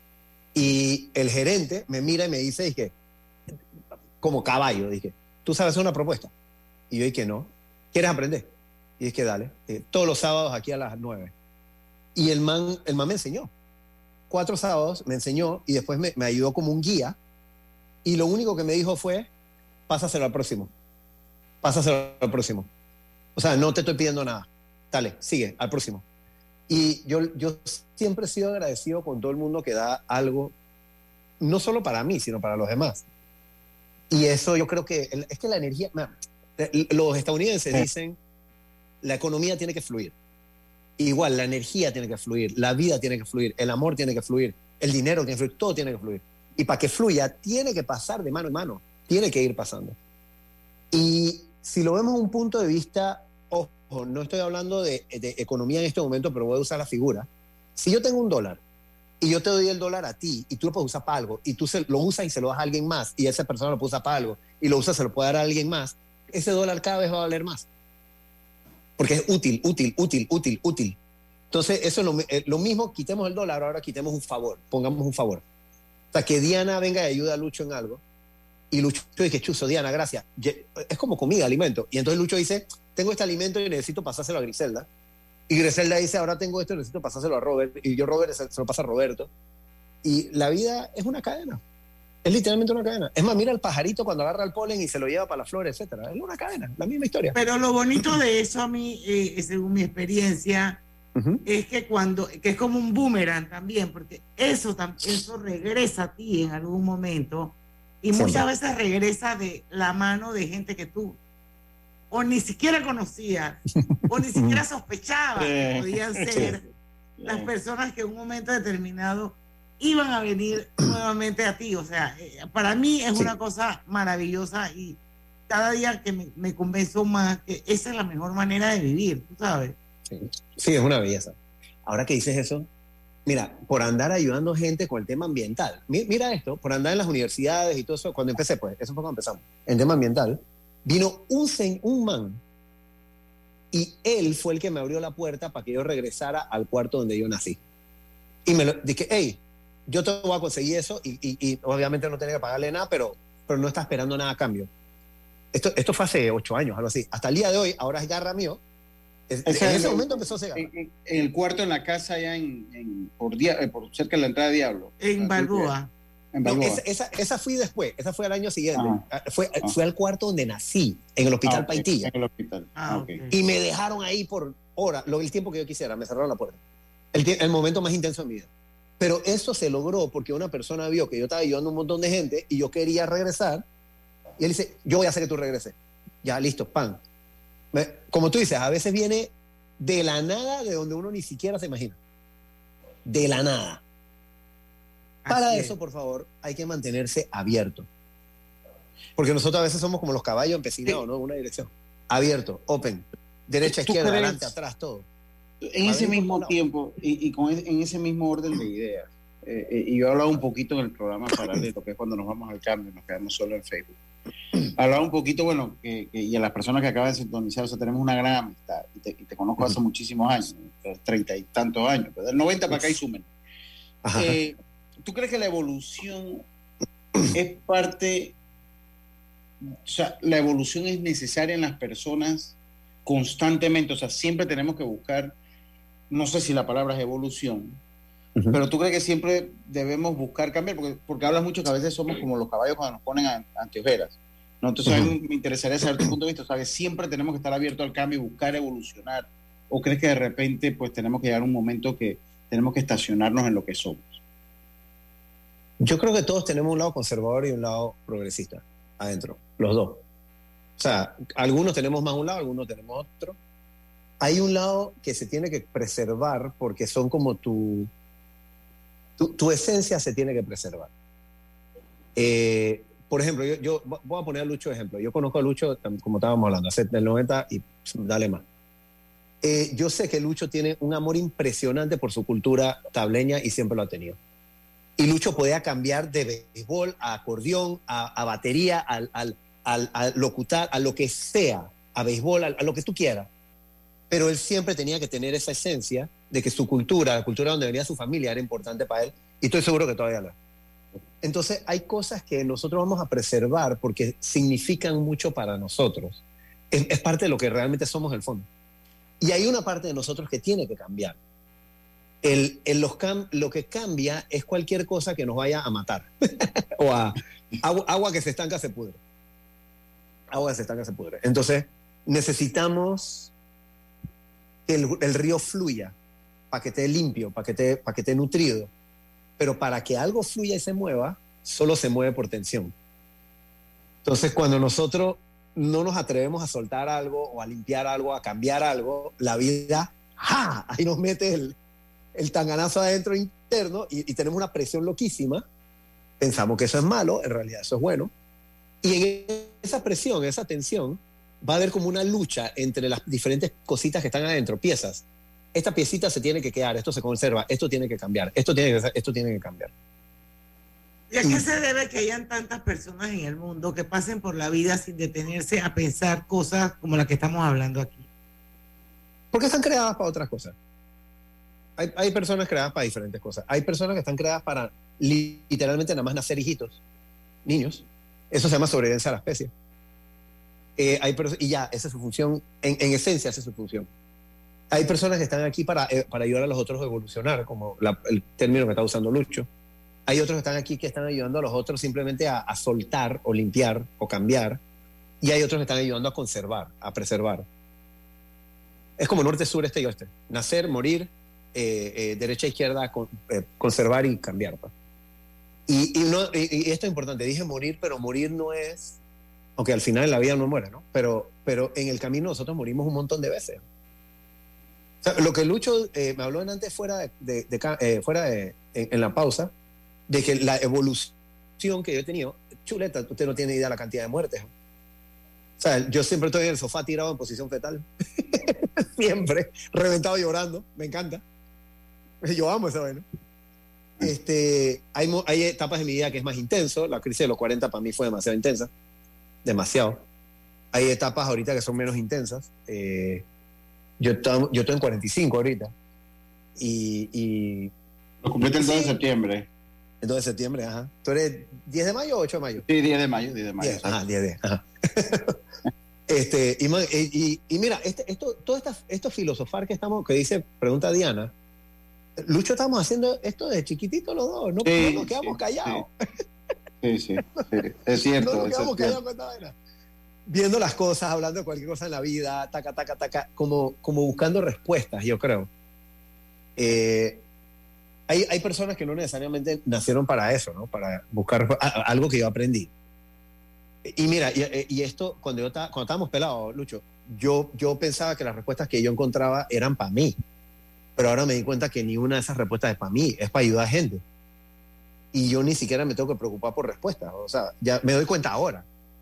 Y el gerente me mira y me dice, dije, como caballo, dije, ¿tú sabes hacer una propuesta? Y yo dije, no. ¿Quieres aprender? Y dije, dale. Eh, todos los sábados aquí a las nueve. Y el man, el man me enseñó. Cuatro sábados me enseñó y después me, me ayudó como un guía. Y lo único que me dijo fue, pásaselo al próximo. Pásaselo al próximo. O sea, no te estoy pidiendo nada. Dale, sigue, al próximo. Y yo, yo siempre he sido agradecido con todo el mundo que da algo, no solo para mí, sino para los demás. Y eso yo creo que, es que la energía, los estadounidenses dicen, la economía tiene que fluir. Igual, la energía tiene que fluir, la vida tiene que fluir, el amor tiene que fluir, el dinero tiene que fluir, todo tiene que fluir. Y para que fluya, tiene que pasar de mano en mano, tiene que ir pasando. Y si lo vemos desde un punto de vista, ojo, no estoy hablando de, de economía en este momento, pero voy a usar la figura. Si yo tengo un dólar y yo te doy el dólar a ti y tú lo puedes usar para algo y tú se, lo usas y se lo das a alguien más y esa persona lo puede usar para algo y lo usa, se lo puede dar a alguien más, ese dólar cada vez va a valer más. Porque es útil, útil, útil, útil, útil. Entonces, eso es lo, lo mismo, quitemos el dólar, ahora quitemos un favor, pongamos un favor. O sea, que Diana venga y ayude a Lucho en algo. Y Lucho dice, Chuzo, Diana, gracias. Es como comida, alimento. Y entonces Lucho dice, tengo este alimento y necesito pasárselo a Griselda. Y Griselda dice, ahora tengo esto y necesito pasárselo a Robert. Y yo Robert se, se lo pasa a Roberto. Y la vida es una cadena. Es literalmente una cadena. Es más, mira el pajarito cuando agarra el polen y se lo lleva para las flores, etcétera. Es una cadena, la misma historia. Pero lo bonito de eso a mí, eh, según mi experiencia, uh-huh. es que cuando, que es como un boomerang también, porque eso, eso regresa a ti en algún momento y Siempre. muchas veces regresa de la mano de gente que tú o ni siquiera conocías o ni siquiera sospechabas que podían ser las personas que en un momento determinado iban a venir nuevamente a ti. O sea, eh, para mí es sí. una cosa maravillosa y cada día que me, me convenzo más que esa es la mejor manera de vivir, tú sabes. Sí. sí, es una belleza. Ahora que dices eso, mira, por andar ayudando gente con el tema ambiental, mira esto, por andar en las universidades y todo eso, cuando empecé, pues, eso fue cuando empezamos, en tema ambiental, vino un, un man y él fue el que me abrió la puerta para que yo regresara al cuarto donde yo nací. Y me lo dije, hey, yo te voy a conseguir eso y, y, y obviamente no tenía que pagarle nada, pero, pero no está esperando nada a cambio. Esto, esto fue hace ocho años, algo así. Hasta el día de hoy, ahora es garra mío. Es, o sea, en ese el, momento empezó a ser garra. En, en el cuarto en la casa allá en, en, por, dia, por cerca de la entrada de Diablo. En Balboa. En Balboa. No, esa, esa, esa fui después, esa fue al año siguiente. Ah. Fue, ah. fue al cuarto donde nací, en el hospital ah, okay. Paitilla. En el hospital. Ah, okay. Y me dejaron ahí por horas, lo, el tiempo que yo quisiera, me cerraron la puerta. El, el momento más intenso de mi vida. Pero eso se logró porque una persona vio que yo estaba ayudando a un montón de gente y yo quería regresar. Y él dice, yo voy a hacer que tú regreses. Ya, listo, pan. Como tú dices, a veces viene de la nada, de donde uno ni siquiera se imagina. De la nada. Para Así eso, es. por favor, hay que mantenerse abierto. Porque nosotros a veces somos como los caballos empecinados, sí. ¿no? Una dirección. Abierto, open, derecha, izquierda, crees, adelante, atrás, todo. En ese mismo tiempo y, y con ese, en ese mismo orden de ideas, eh, eh, y yo he hablado un poquito en el programa paralelo, que es cuando nos vamos al cambio, nos quedamos solo en Facebook. Hablaba un poquito, bueno, que, que, y a las personas que acaban de sintonizar, o sea, tenemos una gran amistad, y te, y te conozco hace muchísimos años, treinta y tantos años, pero del noventa para acá y sumen. Eh, ¿Tú crees que la evolución es parte, o sea, la evolución es necesaria en las personas constantemente? O sea, siempre tenemos que buscar, no sé si la palabra es evolución, uh-huh. pero tú crees que siempre debemos buscar cambiar, porque, porque hablas mucho que a veces somos como los caballos cuando nos ponen a, anteojeras, ¿no? Entonces uh-huh. a mí me interesaría saber tu punto de vista, o sea, que siempre tenemos que estar abiertos al cambio y buscar evolucionar, o crees que de repente pues tenemos que llegar a un momento que tenemos que estacionarnos en lo que somos. Yo creo que todos tenemos un lado conservador y un lado progresista adentro, los dos. O sea, algunos tenemos más un lado, algunos tenemos otro. Hay un lado que se tiene que preservar porque son como tu... Tu, tu esencia se tiene que preservar. Eh, por ejemplo, yo, yo voy a poner a Lucho de ejemplo. Yo conozco a Lucho, como estábamos hablando, hace del noventa y dale más. Eh, yo sé que Lucho tiene un amor impresionante por su cultura tableña y siempre lo ha tenido. Y Lucho podía cambiar de béisbol a acordeón, a, a batería, al, al, al, a locutar, a lo que sea, a béisbol, a, a lo que tú quieras. Pero él siempre tenía que tener esa esencia de que su cultura, la cultura donde venía su familia, era importante para él. Y estoy seguro que todavía lo es. Entonces hay cosas que nosotros vamos a preservar porque significan mucho para nosotros. Es, es parte de lo que realmente somos en el fondo. Y hay una parte de nosotros que tiene que cambiar. El, el los cam, lo que cambia es cualquier cosa que nos vaya a matar. o a agua, agua que se estanca se pudre. Agua que se estanca se pudre. Entonces necesitamos que el, el río fluya para que esté limpio, para que esté, para que esté nutrido. Pero para que algo fluya y se mueva, solo se mueve por tensión. Entonces cuando nosotros no nos atrevemos a soltar algo o a limpiar algo, a cambiar algo, la vida, ¡ja! Ahí nos mete el, el tanganazo adentro interno y, y tenemos una presión loquísima. Pensamos que eso es malo, en realidad eso es bueno. Y en esa presión, esa tensión, va a haber como una lucha entre las diferentes cositas que están adentro, piezas. Esta piecita se tiene que quedar, esto se conserva, esto tiene que cambiar, esto tiene que, esto tiene que cambiar. ¿Y a qué se debe que hayan tantas personas en el mundo que pasen por la vida sin detenerse a pensar cosas como las que estamos hablando aquí? Porque están creadas para otras cosas. Hay, hay personas creadas para diferentes cosas. Hay personas que están creadas para literalmente nada más nacer hijitos, niños. Eso se llama sobrevivencia a la especie. Eh, hay y ya, esa es su función, en, en esencia esa es su función. Hay personas que están aquí para, eh, para ayudar a los otros a evolucionar, como la, el término que está usando Lucho. Hay otros que están aquí que están ayudando a los otros simplemente a, a soltar o limpiar o cambiar. Y hay otros que están ayudando a conservar, a preservar. Es como norte, sur, este y oeste. Nacer, morir, eh, eh, derecha, izquierda, con, eh, conservar y cambiar. ¿pa? Y, y, no, y, y esto es importante. Dije morir, pero morir no es... Aunque al final en la vida uno muere, ¿no? Pero, pero en el camino nosotros morimos un montón de veces. O sea, lo que Lucho eh, me habló antes fuera de, de, de eh, fuera de, en, en la pausa, de que la evolución que yo he tenido, chuleta, usted no tiene idea de la cantidad de muertes. O sea, yo siempre estoy en el sofá tirado en posición fetal. Siempre, reventado llorando, me encanta. Yo amo esa vaina. Este, hay, hay etapas de mi vida que es más intenso. La crisis de los cuarenta para mí fue demasiado intensa. Demasiado. Hay etapas ahorita que son menos intensas. Eh, yo, to, yo estoy en cuarenta y cinco ahorita. Y... y Lo cumpliste el dos de septiembre. El dos de septiembre, ajá. ¿Tú eres diez de mayo o ocho de mayo? Sí, diez de mayo, diez de mayo. diez, ajá, diez de, ajá. este, y, y, y mira, este, esto, todo esta, esto filosofar que estamos, que dice, pregunta Diana, Lucho, estamos haciendo esto de chiquitito los dos, no, sí, no nos quedamos sí, callados. Sí, sí, sí, es cierto. No nos quedamos callados cierto. con esta vaina. Viendo las cosas, hablando de cualquier cosa en la vida, taca, taca, taca, como, como buscando respuestas, yo creo. Eh, Hay, hay personas que no necesariamente nacieron para eso, ¿no? Para buscar a, a, algo que yo aprendí. Y mira, y, y esto, cuando, yo ta, cuando estábamos pelados, Lucho, yo, yo pensaba que las respuestas que yo encontraba eran para mí. Pero ahora me di cuenta que ni una de esas respuestas es para mí, es para ayudar a gente. Y yo ni siquiera me tengo que preocupar por respuestas. O sea, ya me doy cuenta ahora.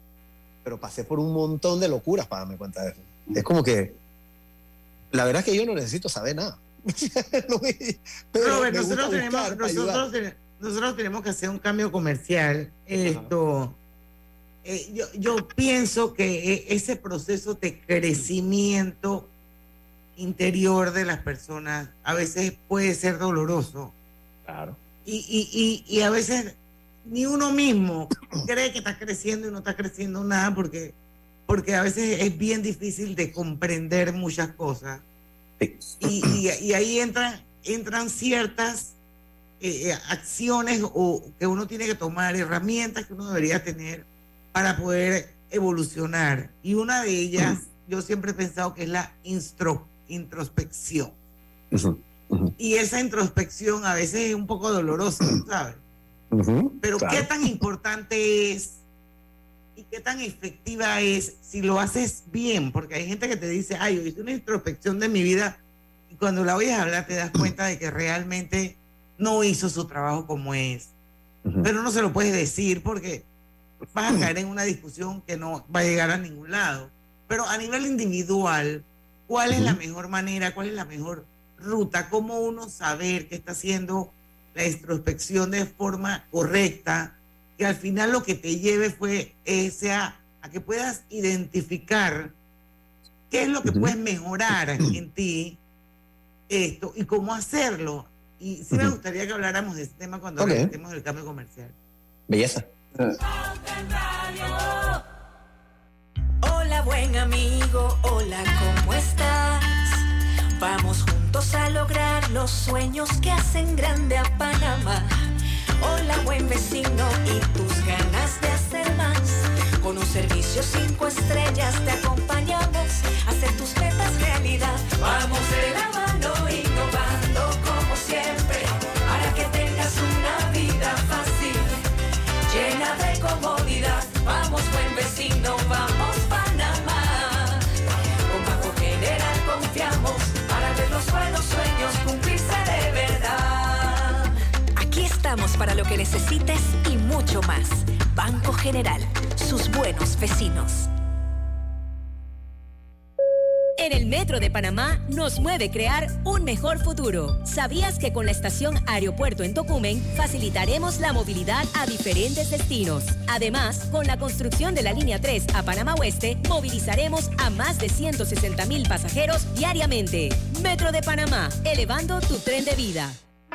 pero pasé por un montón de locuras para darme cuenta de eso. Es como que, la verdad es que yo no necesito saber nada. no me, pero Robert, nosotros, tenemos, nosotros, ten, nosotros tenemos que hacer un cambio comercial. Esto, eh, yo, yo pienso que ese proceso de crecimiento interior de las personas a veces puede ser doloroso. Claro. Y, y, y, y a veces ni uno mismo cree que está creciendo y no está creciendo nada porque, porque a veces es bien difícil de comprender muchas cosas. Sí. Y, y, y ahí entran, entran ciertas eh, acciones o que uno tiene que tomar, herramientas que uno debería tener para poder evolucionar. Y una de ellas, yo siempre he pensado que es la instro, introspección. Uh-huh. Uh-huh. Y esa introspección a veces es un poco dolorosa, ¿sabes? Uh-huh. Pero claro. ¿Qué tan importante es y qué tan efectiva es si lo haces bien? Porque hay gente que te dice, ay, yo hice una introspección de mi vida, y cuando la oyes hablar te das cuenta de que realmente no hizo su trabajo como es. Uh-huh. Pero no se lo puedes decir porque vas a caer en una discusión que no va a llegar a ningún lado. Pero a nivel individual, ¿cuál uh-huh. es la mejor manera? ¿Cuál es la mejor ruta? ¿Cómo uno saber que está haciendo la introspección de forma correcta, que al final lo que te lleve fue ese a, a que puedas identificar qué es lo que uh-huh. puedes mejorar en ti, esto, y cómo hacerlo? Y sí uh-huh. me gustaría que habláramos de este tema cuando okay. estemos del cambio comercial. Belleza. Hola, buen amigo, hola, ¿cómo estás? Vamos juntos a lograr los sueños que hacen grande a Panamá. Hola, buen vecino, y tus ganas de hacer más. Con un servicio cinco estrellas te acompañamos a hacer tus metas realidad. Vamos de la mano innovando como siempre, para que tengas una vida fácil, llena de comodidad. Vamos, buen vecino, vamos Panamá. Con Banco General confiamos para ver los buenos sueños cumplirse de verdad. Aquí estamos para lo que necesites y mucho más. Banco General, sus buenos vecinos. En el Metro de Panamá nos mueve crear un mejor futuro. ¿Sabías que con la estación Aeropuerto en Tocumen facilitaremos la movilidad a diferentes destinos? Además, con la construcción de la línea tres a Panamá Oeste, movilizaremos a más de ciento sesenta mil pasajeros diariamente. Metro de Panamá, elevando tu tren de vida.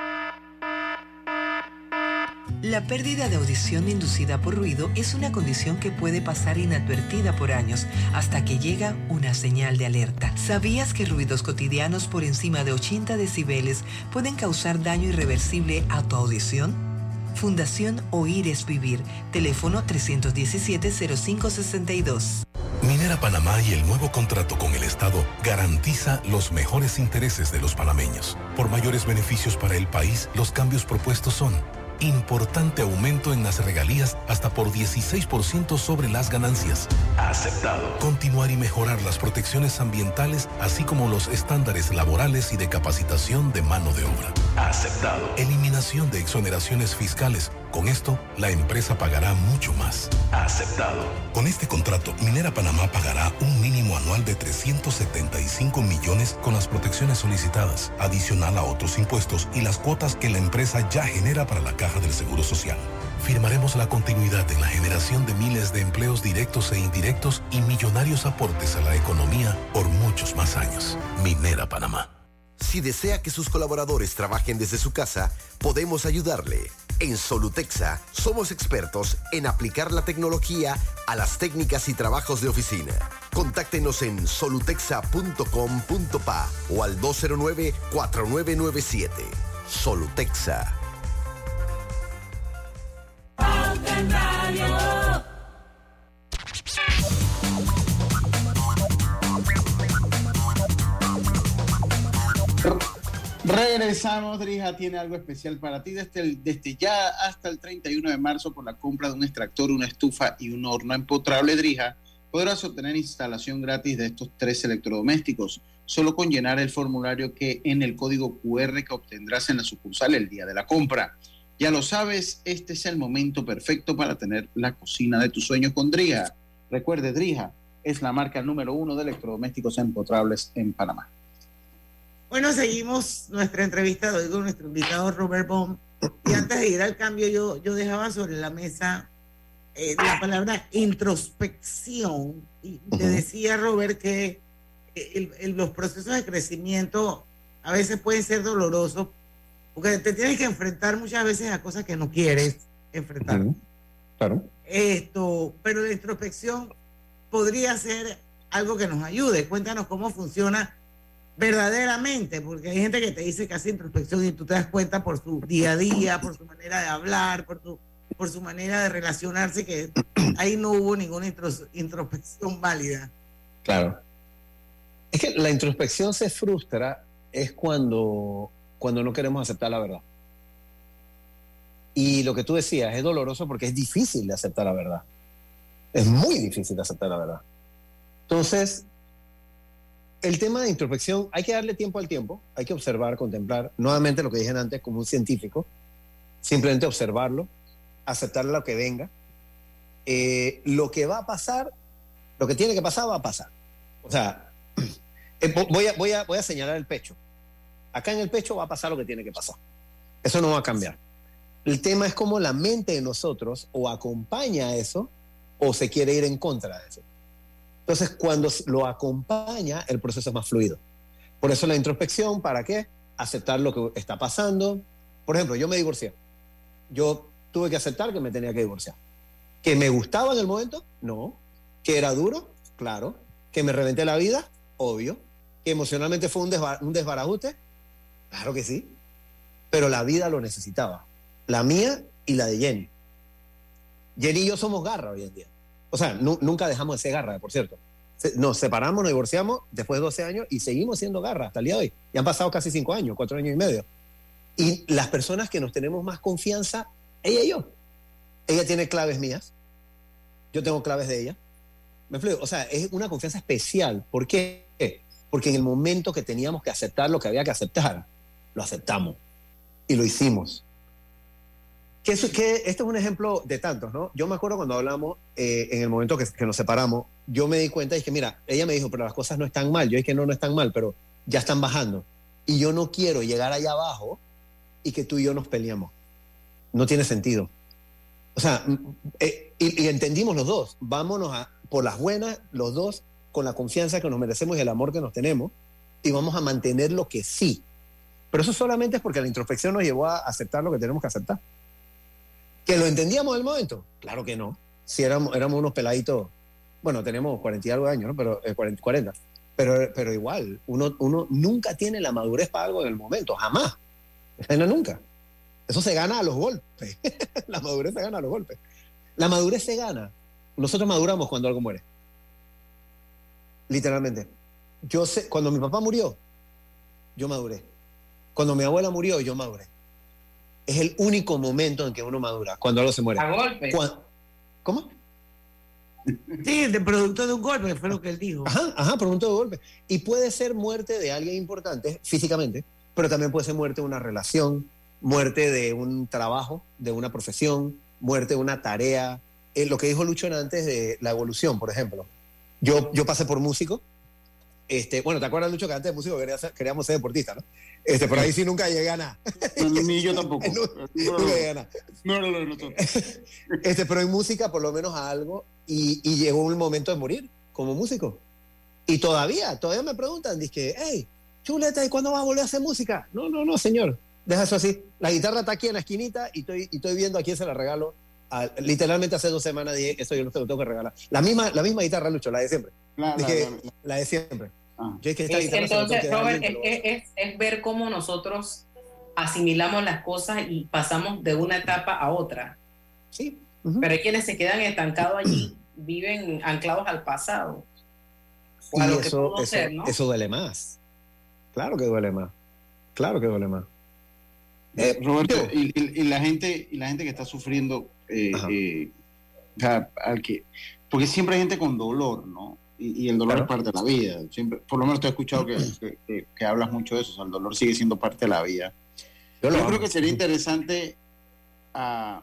La pérdida de audición inducida por ruido es una condición que puede pasar inadvertida por años hasta que llega una señal de alerta. ¿Sabías que ruidos cotidianos por encima de ochenta decibeles pueden causar daño irreversible a tu audición? Fundación Oír es Vivir. Teléfono tres uno siete, cero cinco seis dos. Minera Panamá y el nuevo contrato con el Estado garantiza los mejores intereses de los panameños. Por mayores beneficios para el país, los cambios propuestos son: importante aumento en las regalías hasta por dieciséis por ciento sobre las ganancias. Aceptado. Continuar y mejorar las protecciones ambientales, así como los estándares laborales y de capacitación de mano de obra. Aceptado. Eliminación de exoneraciones fiscales. Con esto, la empresa pagará mucho más. Aceptado. Con este contrato, Minera Panamá pagará un mínimo anual de trescientos setenta y cinco millones con las protecciones solicitadas, adicional a otros impuestos y las cuotas que la empresa ya genera para la Caja del Seguro Social. Firmaremos la continuidad en la generación de miles de empleos directos e indirectos y millonarios aportes a la economía por muchos más años. Minera Panamá. Si desea que sus colaboradores trabajen desde su casa, podemos ayudarle. En Solutexa somos expertos en aplicar la tecnología a las técnicas y trabajos de oficina. Contáctenos en solutexa punto com punto pa o al dos cero nueve, cuatro nueve nueve siete. Solutexa. Regresamos, Drija tiene algo especial para ti desde, el, desde ya hasta el treinta y uno de marzo. Por la compra de un extractor, una estufa y un horno empotrable Drija, podrás obtener instalación gratis de estos tres electrodomésticos, solo con llenar el formulario que en el código cu erre que obtendrás en la sucursal el día de la compra. Ya lo sabes, este es el momento perfecto para tener la cocina de tus sueños con Drija. Recuerde, Drija es la marca número uno de electrodomésticos empotrables en Panamá. Bueno, seguimos nuestra entrevista de hoy con nuestro invitado Robert Baum. Y antes de ir al cambio, yo, yo dejaba sobre la mesa eh, la palabra introspección. Y te Ujú. decía, Robert, que el- el- los procesos de crecimiento a veces pueden ser dolorosos, porque te tienes que enfrentar muchas veces a cosas que no quieres enfrentar. Ujú. Claro. Esto, pero la introspección podría ser algo que nos ayude. Cuéntanos cómo funciona verdaderamente, porque hay gente que te dice que hace introspección y tú te das cuenta por su día a día, por su manera de hablar, por su, por su manera de relacionarse, que ahí no hubo ninguna intros- introspección válida. Claro. Es que la introspección se frustra es cuando, cuando no queremos aceptar la verdad. Y lo que tú decías es doloroso porque es difícil de aceptar la verdad. Es muy difícil de aceptar la verdad. Entonces, el tema de introspección, hay que darle tiempo al tiempo, hay que observar, contemplar, nuevamente lo que dije antes como un científico, simplemente observarlo, aceptar lo que venga. Eh, lo que va a pasar, lo que tiene que pasar, va a pasar. O sea, eh, voy a, voy a, voy a señalar el pecho. Acá en el pecho va a pasar lo que tiene que pasar. Eso no va a cambiar. El tema es cómo la mente de nosotros o acompaña a eso o se quiere ir en contra de eso. Entonces, cuando lo acompaña, el proceso es más fluido. Por eso la introspección, ¿para qué? Aceptar lo que está pasando. Por ejemplo, yo me divorcié. Yo tuve que aceptar que me tenía que divorciar. ¿Que me gustaba en el momento? No. ¿Que era duro? Claro. ¿Que me reventé la vida? Obvio. ¿Que emocionalmente fue un, desba- un desbarajuste? Claro que sí. Pero la vida lo necesitaba. La mía y la de Jenny. Jenny y yo somos garra hoy en día. O sea, nu- nunca dejamos de ser garra, por cierto. Se- nos separamos, nos divorciamos después de doce años y seguimos siendo garra hasta el día de hoy. Y han pasado casi cinco años, cuatro años y medio. Y las personas que nos tenemos más confianza, ella y yo. Ella tiene claves mías, yo tengo claves de ella. ¿Me explico? O sea, es una confianza especial. ¿Por qué? Porque en el momento que teníamos que aceptar lo que había que aceptar, lo aceptamos y lo hicimos. Que eso, que esto es un ejemplo de tantos, ¿no? Yo me acuerdo cuando hablamos, eh, en el momento que, que nos separamos, yo me di cuenta y dije, mira, ella me dijo, pero las cosas no están mal. Yo dije, no, no están mal, pero ya están bajando. Y yo no quiero llegar allá abajo y que tú y yo nos peleemos. No tiene sentido. O sea, eh, y, y entendimos los dos, vámonos a, por las buenas, los dos, con la confianza que nos merecemos y el amor que nos tenemos, y vamos a mantener lo que sí. Pero eso solamente es porque la introspección nos llevó a aceptar lo que tenemos que aceptar. ¿Que lo entendíamos en el momento? Claro que no. Si éramos, éramos unos peladitos, bueno, tenemos cuarenta y algo de años, ¿no? Pero, eh, cuarenta, cuarenta. Pero, pero igual, uno, uno nunca tiene la madurez para algo en el momento, jamás. No, nunca. Eso se gana a los golpes. La madurez se gana a los golpes. La madurez se gana. Nosotros maduramos cuando algo muere. Literalmente. Yo sé, cuando mi papá murió, yo maduré. Cuando mi abuela murió, yo maduré. Es el único momento en que uno madura, cuando algo se muere. A golpe. Cuando, ¿cómo? Sí, de producto de un golpe, fue lo que él dijo. Ajá, ajá, producto de golpe. Y puede ser muerte de alguien importante físicamente, pero también puede ser muerte de una relación, muerte de un trabajo, de una profesión, muerte de una tarea. Eh, lo que dijo Lucho antes de la evolución, por ejemplo. Yo, yo pasé por músico. Este, bueno, ¿te acuerdas, Lucho, que antes de músico quería ser- queríamos ser deportistas, ¿no? Este, por ahí sí nunca llegué a nada. Ni yo tampoco. nunca llegué a nada. No, no, no, no, no. Este, pero en música por lo menos a algo y, y llegó un momento de morir como músico. Y todavía, todavía me preguntan, dizque, hey, chuleta, ¿y cuándo vas a volver a hacer música? No, no, no, señor, deja eso así. La guitarra está aquí en la esquinita y estoy, y estoy viendo a quién se la regalo. A- literalmente hace dos semanas dije, eso yo no te lo tengo que regalar. La misma, la misma guitarra, Lucho, la de siempre. La, la, Dije, la, la. la de siempre. Ah. Yo dije, esta Es- guitarra se la tengo entonces, que dar a Robert, alguien que es, lo haga. es- es ver cómo nosotros asimilamos las cosas y pasamos de una etapa a otra. Sí. Pero hay quienes se quedan estancados allí, viven anclados al pasado. O a Y lo que eso, pudo eso, ser, ¿no? eso duele más. Claro que duele más. Claro que duele más. Eh, Roberto, yo- y, y- y la gente y la gente que está sufriendo, eh, eh, o sea, al que, porque siempre hay gente con dolor, ¿no? Y, y el dolor Claro. es parte de la vida. Siempre, por lo menos te he escuchado que, que, que- que hablas mucho de eso. O sea, el dolor sigue siendo parte de la vida. Yo Yo, lo creo amo. que sería interesante, ah,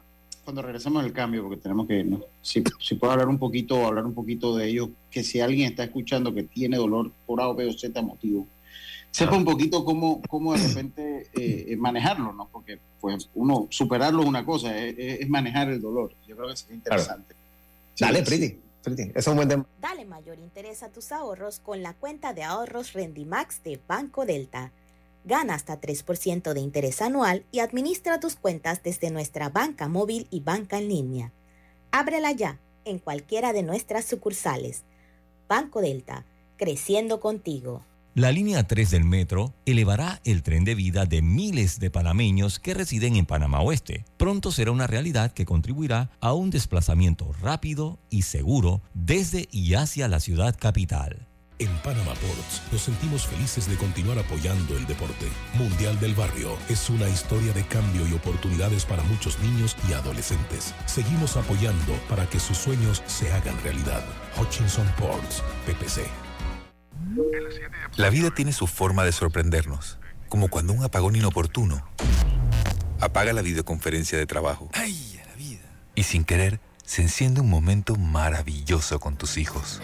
cuando regresemos al cambio, porque tenemos que, ¿no? si, si puedo hablar un poquito, hablar un poquito de ello, que si alguien está escuchando que tiene dolor por A o B o Z motivo, sepa un poquito cómo, cómo de repente eh, manejarlo, ¿no? Porque pues uno, superarlo es una cosa, es, es manejar el dolor. Yo creo que es interesante. Claro. Sí, Dale, Pretty. Pretty. Eso es un buen tema. Dale mayor interés a tus ahorros con la cuenta de ahorros Rendimax de Banco Delta. Gana hasta tres por ciento de interés anual y administra tus cuentas desde nuestra banca móvil y banca en línea. Ábrela ya en cualquiera de nuestras sucursales. Banco Delta, creciendo contigo. La línea tres del metro elevará el tren de vida de miles de panameños que residen en Panamá Oeste. Pronto será una realidad que contribuirá a un desplazamiento rápido y seguro desde y hacia la ciudad capital. En Panama Ports nos sentimos felices de continuar apoyando el deporte. Mundial del Barrio es una historia de cambio y oportunidades para muchos niños y adolescentes. Seguimos apoyando para que sus sueños se hagan realidad. Hutchinson Ports, P P C. La vida tiene su forma de sorprendernos, como cuando un apagón inoportuno apaga la videoconferencia de trabajo. ¡Ay, a la vida! Y sin querer, se enciende un momento maravilloso con tus hijos.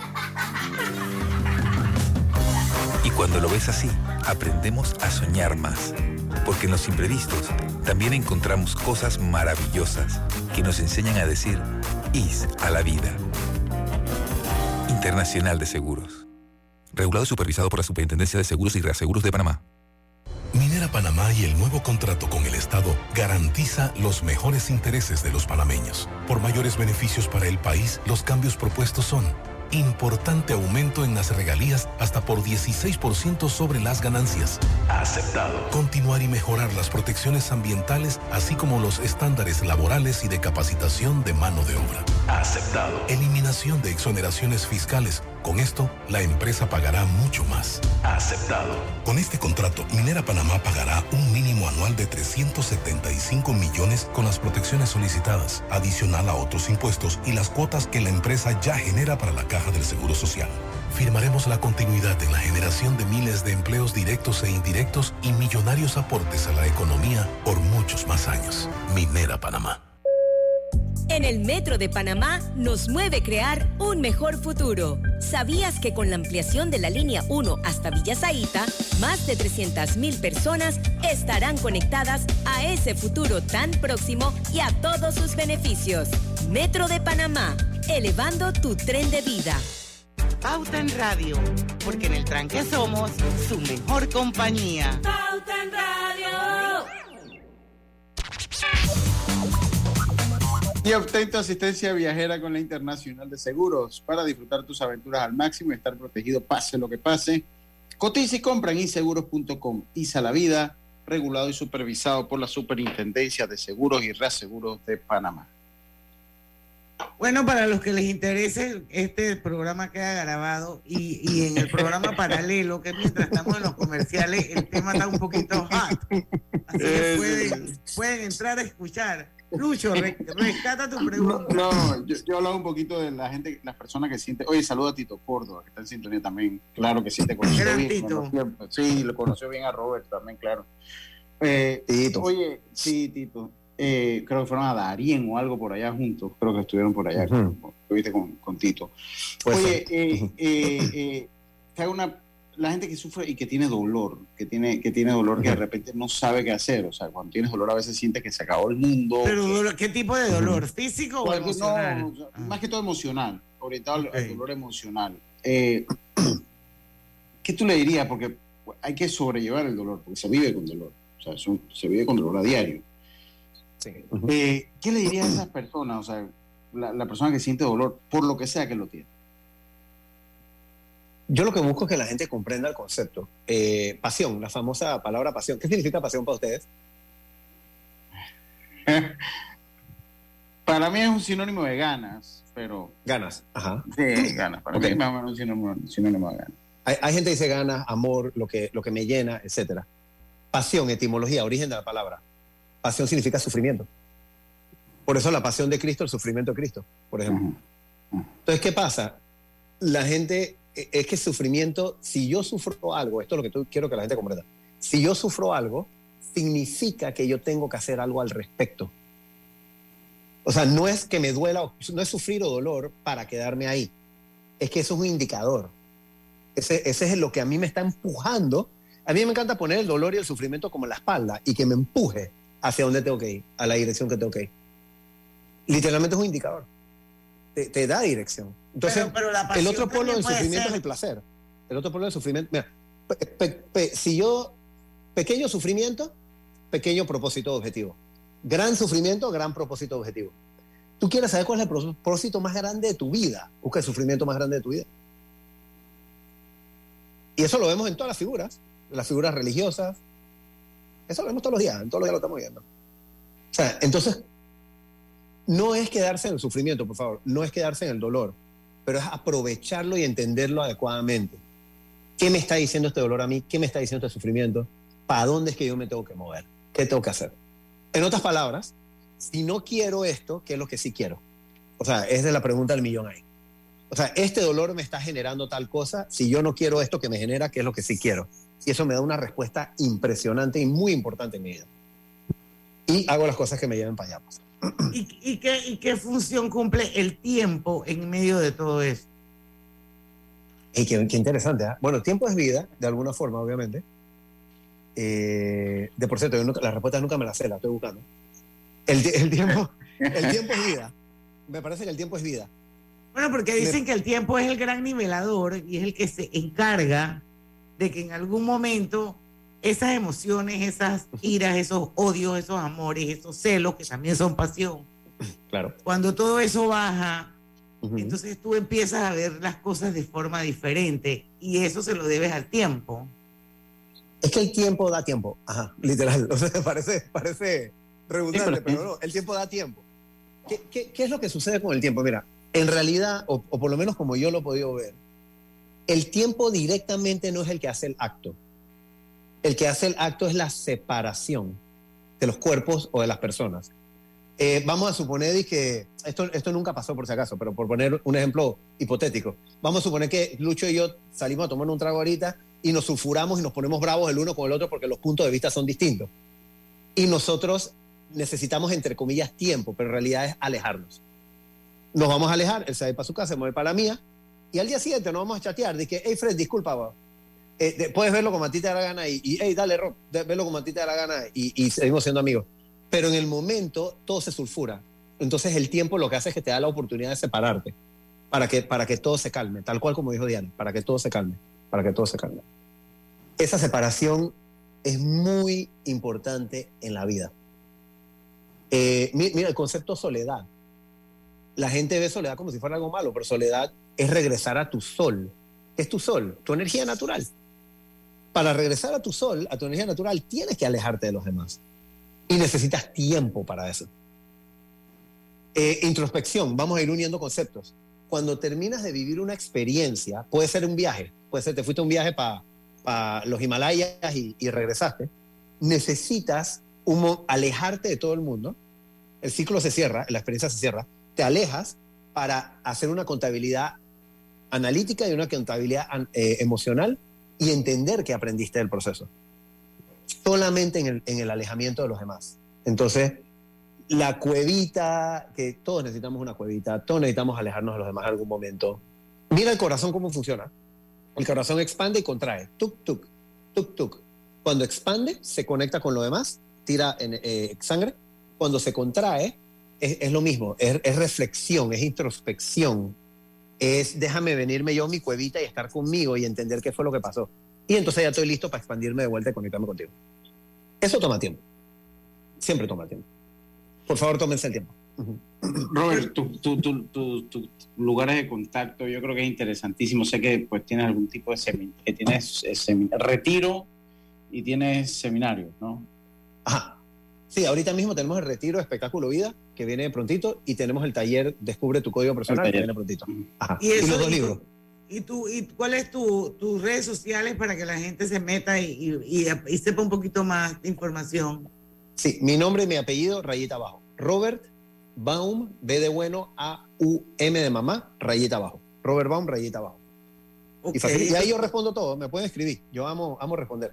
Y cuando lo ves así, aprendemos a soñar más. Porque en los imprevistos también encontramos cosas maravillosas que nos enseñan a decir I S a la vida. Internacional de Seguros. Regulado y supervisado por la Superintendencia de Seguros y Reaseguros de Panamá. Minera Panamá y el nuevo contrato con el Estado garantiza los mejores intereses de los panameños. Por mayores beneficios para el país, los cambios propuestos son importante aumento en las regalías hasta por dieciséis por ciento sobre las ganancias. Aceptado. Continuar y mejorar las protecciones ambientales, así como los estándares laborales y de capacitación de mano de obra. Aceptado. Eliminación de exoneraciones fiscales. Con esto, la empresa pagará mucho más. Aceptado. Con este contrato, Minera Panamá pagará un mínimo anual de trescientos setenta y cinco millones con las protecciones solicitadas, adicional a otros impuestos y las cuotas que la empresa ya genera para la Caja del Seguro Social. Firmaremos la continuidad en la generación de miles de empleos directos e indirectos y millonarios aportes a la economía por muchos más años. Minera Panamá. En el Metro de Panamá nos mueve crear un mejor futuro. ¿Sabías que con la ampliación de la línea uno hasta Villa Zaita, más de trescientas mil personas estarán conectadas a ese futuro tan próximo y a todos sus beneficios? Metro de Panamá, elevando tu tren de vida. Pauta en Radio, porque en el tranque somos su mejor compañía. Pauta en Radio. Y obtén tu asistencia viajera con la Internacional de Seguros para disfrutar tus aventuras al máximo y estar protegido pase lo que pase. Cotiza y compra en inseguros punto com. I S a la vida, regulado y supervisado por la Superintendencia de Seguros y Reaseguros de Panamá. Bueno, para los que les interese, este programa queda grabado y, y en el programa paralelo, que mientras estamos en los comerciales, el tema está un poquito hot. Así que pueden, pueden entrar a escuchar. Lucho, re, rescata tu pregunta. No, no yo, yo hablaba un poquito de la gente, las personas que sienten. Oye, saluda a Tito Córdoba, que está en sintonía también. Claro que sí, te conoció ¿Era bien. Tito? Conoció, sí, lo conoció bien a Robert también, claro. Eh, Tito. Oye, sí, Tito. Eh, creo que fueron a Darien o algo por allá juntos. Creo que estuvieron por allá. Uh-huh. Estuviste con, con Tito. Pues Oye, eh, eh, eh, que hay una. La gente que sufre y que tiene dolor, que tiene, que tiene dolor, uh-huh. que de repente no sabe qué hacer. O sea, cuando tienes dolor a veces sientes que se acabó el mundo. Pero, que, ¿qué tipo de dolor? ¿Físico o, o emocional? No, o sea, ah. Más que todo emocional, orientado okay. al dolor emocional. Eh, ¿Qué tú le dirías? Porque hay que sobrellevar el dolor, porque se vive con dolor. O sea, son, se vive con dolor a diario. Sí. Uh-huh. eh, ¿Qué le dirías a esas personas? O sea, la, la persona que siente dolor, por lo que sea que lo tiene. Yo lo que busco es que la gente comprenda el concepto. Eh, pasión, la famosa palabra pasión. ¿Qué significa pasión para ustedes? Para mí es un sinónimo de ganas, pero... Ganas, ajá. Sí, ganas. Para okay. mí es más o menos un sinónimo, sinónimo de ganas. Hay, hay gente que dice ganas, amor, lo que, lo que me llena, etcétera. Pasión, etimología, origen de la palabra. Pasión significa sufrimiento. Por eso la pasión de Cristo, el sufrimiento de Cristo, por ejemplo. Uh-huh. Uh-huh. Entonces, ¿qué pasa? La gente... Es que sufrimiento, si yo sufro algo, esto es lo que tú, quiero que la gente comprenda, si yo sufro algo, significa que yo tengo que hacer algo al respecto. O sea, no es que me duela, no es sufrir o dolor para quedarme ahí. Es que eso es un indicador. Ese, ese es lo que a mí me está empujando. A mí me encanta poner el dolor y el sufrimiento como en la espalda y que me empuje hacia donde tengo que ir, a la dirección que tengo que ir. Literalmente es un indicador. Te, te da dirección. Entonces, pero, pero la el otro polo del sufrimiento ser... es el placer. El otro polo del sufrimiento... Mira, pe, pe, pe, si yo... Pequeño sufrimiento, pequeño propósito objetivo. Gran sufrimiento, gran propósito objetivo. Tú quieres saber cuál es el propósito más grande de tu vida. Busca el sufrimiento más grande de tu vida. Y eso lo vemos en todas las figuras. Las figuras religiosas. Eso lo vemos todos los días. En todos los días lo estamos viendo. O sea, entonces... No es quedarse en el sufrimiento, por favor. No es quedarse en el dolor. Pero es aprovecharlo y entenderlo adecuadamente. ¿Qué me está diciendo este dolor a mí? ¿Qué me está diciendo este sufrimiento? ¿Para dónde es que yo me tengo que mover? ¿Qué tengo que hacer? En otras palabras, si no quiero esto, ¿qué es lo que sí quiero? O sea, esa es la pregunta del millón ahí. O sea, este dolor me está generando tal cosa. Si yo no quiero esto que me genera, ¿qué es lo que sí quiero? Y eso me da una respuesta impresionante y muy importante en mi vida. Y hago las cosas que me lleven para allá. ¿Y, y, qué, ¿Y qué función cumple el tiempo en medio de todo eso? Hey, qué, qué interesante, ¿eh? Bueno, tiempo es vida, de alguna forma, obviamente. Eh, de por cierto, yo nunca, la respuesta nunca me la sé, la estoy buscando. El, el, tiempo, el tiempo es vida. Me parece que el tiempo es vida. Bueno, porque dicen me... que el tiempo es el gran nivelador y es el que se encarga de que en algún momento esas emociones, esas iras, esos odios, esos amores, esos celos, que también son pasión. Claro. Cuando todo eso baja, uh-huh. entonces tú empiezas a ver las cosas de forma diferente y eso se lo debes al tiempo. Es que el tiempo da tiempo. Ajá, literal. O sea, parece, parece redundante, sí, pero, pero no, el tiempo da tiempo. ¿Qué, qué, ¿Qué es lo que sucede con el tiempo? Mira, en realidad, o, o por lo menos como yo lo he podido ver, el tiempo directamente no es el que hace el acto. El que hace el acto es la separación de los cuerpos o de las personas. Eh, vamos a suponer que esto, esto nunca pasó por si acaso, pero por poner un ejemplo hipotético, vamos a suponer que Lucho y yo salimos a tomar un trago ahorita y nos sulfuramos y nos ponemos bravos el uno con el otro porque los puntos de vista son distintos. Y nosotros necesitamos, entre comillas, tiempo, pero en realidad es alejarnos. Nos vamos a alejar, él se va a ir para su casa, se mueve para la mía, y al día siguiente nos vamos a chatear, de que, hey Fred, disculpa, va. Eh, de, puedes verlo como a ti te da la gana y, y hey, dale Rob, de, verlo como a ti te da la gana y, y seguimos siendo amigos. Pero en el momento todo se sulfura. Entonces el tiempo lo que hace es que te da la oportunidad de separarte para que, para que todo se calme, tal cual como dijo Diana, para que todo se calme, para que todo se calme. Esa separación es muy importante en la vida. Eh, mira, el concepto soledad. La gente ve soledad como si fuera algo malo, pero soledad es regresar a tu sol. ¿Qué es tu sol? Tu energía natural. Para regresar a tu sol, a tu energía natural, tienes que alejarte de los demás. Y necesitas tiempo para eso. Eh, introspección, vamos a ir uniendo conceptos. Cuando terminas de vivir una experiencia, puede ser un viaje, puede ser, te fuiste a un viaje para pa los Himalayas y, y regresaste, necesitas un, alejarte de todo el mundo, el ciclo se cierra, la experiencia se cierra, te alejas para hacer una contabilidad analítica y una contabilidad eh, emocional y entender que aprendiste del proceso. Solamente en el, en el alejamiento de los demás. Entonces, la cuevita, que todos necesitamos una cuevita, todos necesitamos alejarnos de los demás en algún momento. Mira el corazón cómo funciona. El corazón expande y contrae. Tuk, tuk, tuk, tuk. Cuando expande, se conecta con lo demás, tira en, eh, sangre. Cuando se contrae, es, es lo mismo. Es, es reflexión, es introspección. Es déjame venirme yo a mi cuevita y estar conmigo y entender qué fue lo que pasó. Y entonces ya estoy listo para expandirme de vuelta y conectarme contigo. Eso toma tiempo. Siempre toma tiempo. Por favor, tómense el tiempo. Uh-huh. Robert, tus tu, tu, tu, tu lugares de contacto yo creo que es interesantísimo. Sé que pues tienes algún tipo de seminario, tienes eh, semin retiro y tienes seminarios, ¿no? Ajá. Sí, ahorita mismo tenemos el retiro Espectáculo Vida, que viene prontito, y tenemos el taller Descubre tu Código Personal, que viene prontito. Ajá. ¿Y, eso, y los dos y libros. Tu, ¿Y, tú, y cuáles tu, tus redes sociales para que la gente se meta y, y, y, y sepa un poquito más de información? Sí, mi nombre y mi apellido, rayita abajo. Robert Baum, B de bueno, A U M de mamá, rayita abajo. Robert Baum, rayita abajo. Okay. Y, y ahí yo respondo todo, me pueden escribir. Yo amo, amo responder.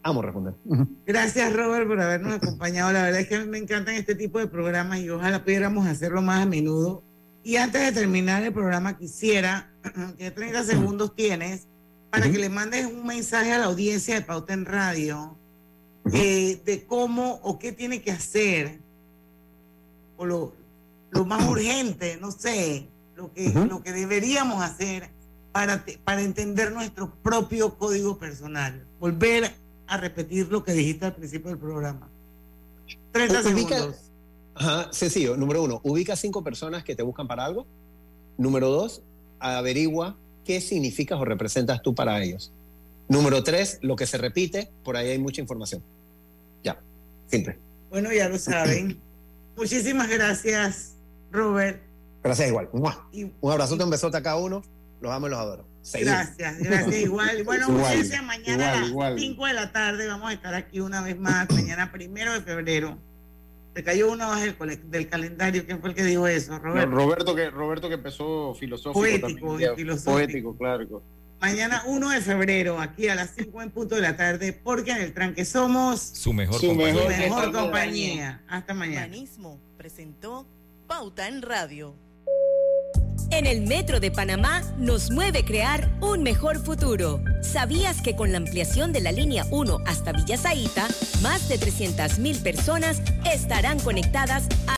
amo responder. Gracias, Robert, por habernos acompañado. La verdad es que a mí me encantan este tipo de programas y ojalá pudiéramos hacerlo más a menudo. Y antes de terminar el programa, quisiera que treinta segundos tienes para que le mandes un mensaje a la audiencia de Pauta en Radio eh, de cómo o qué tiene que hacer, o lo, lo más urgente, no sé, lo que, uh-huh. lo que deberíamos hacer para, te, para entender nuestro propio código personal. Volver a repetir lo que dijiste al principio del programa. treinta ubica, segundos. Ajá, sencillo. Número uno, ubica cinco personas que te buscan para algo. Número dos, averigua qué significas o representas tú para ellos. Número tres, lo que se repite, por ahí hay mucha información. Ya, simple. Bueno, ya lo saben. Muchísimas gracias, Robert. Gracias igual. Y, un abrazote, un besote a cada uno. Los amo y los adoro. Seguimos. Gracias, gracias igual. Bueno, igual, muchas gracias. Mañana igual, a las igual. cinco de la tarde vamos a estar aquí una vez más. Mañana primero de febrero. Se cayó una hoja del, del calendario. ¿Quién fue el que dijo eso? Roberto. No, Roberto, que, Roberto que empezó filosófico. Poético, también, filosófico. Poético, claro. Mañana uno de febrero, aquí a las cinco en punto de la tarde, porque en el tranque somos su mejor su compañía. Mejor, mejor compañía. Hasta mañana. Humanismo presentó Pauta en Radio. En el Metro de Panamá nos mueve crear un mejor futuro. ¿Sabías que con la ampliación de la línea uno hasta Villa Zaita, más de trescientas mil personas estarán conectadas a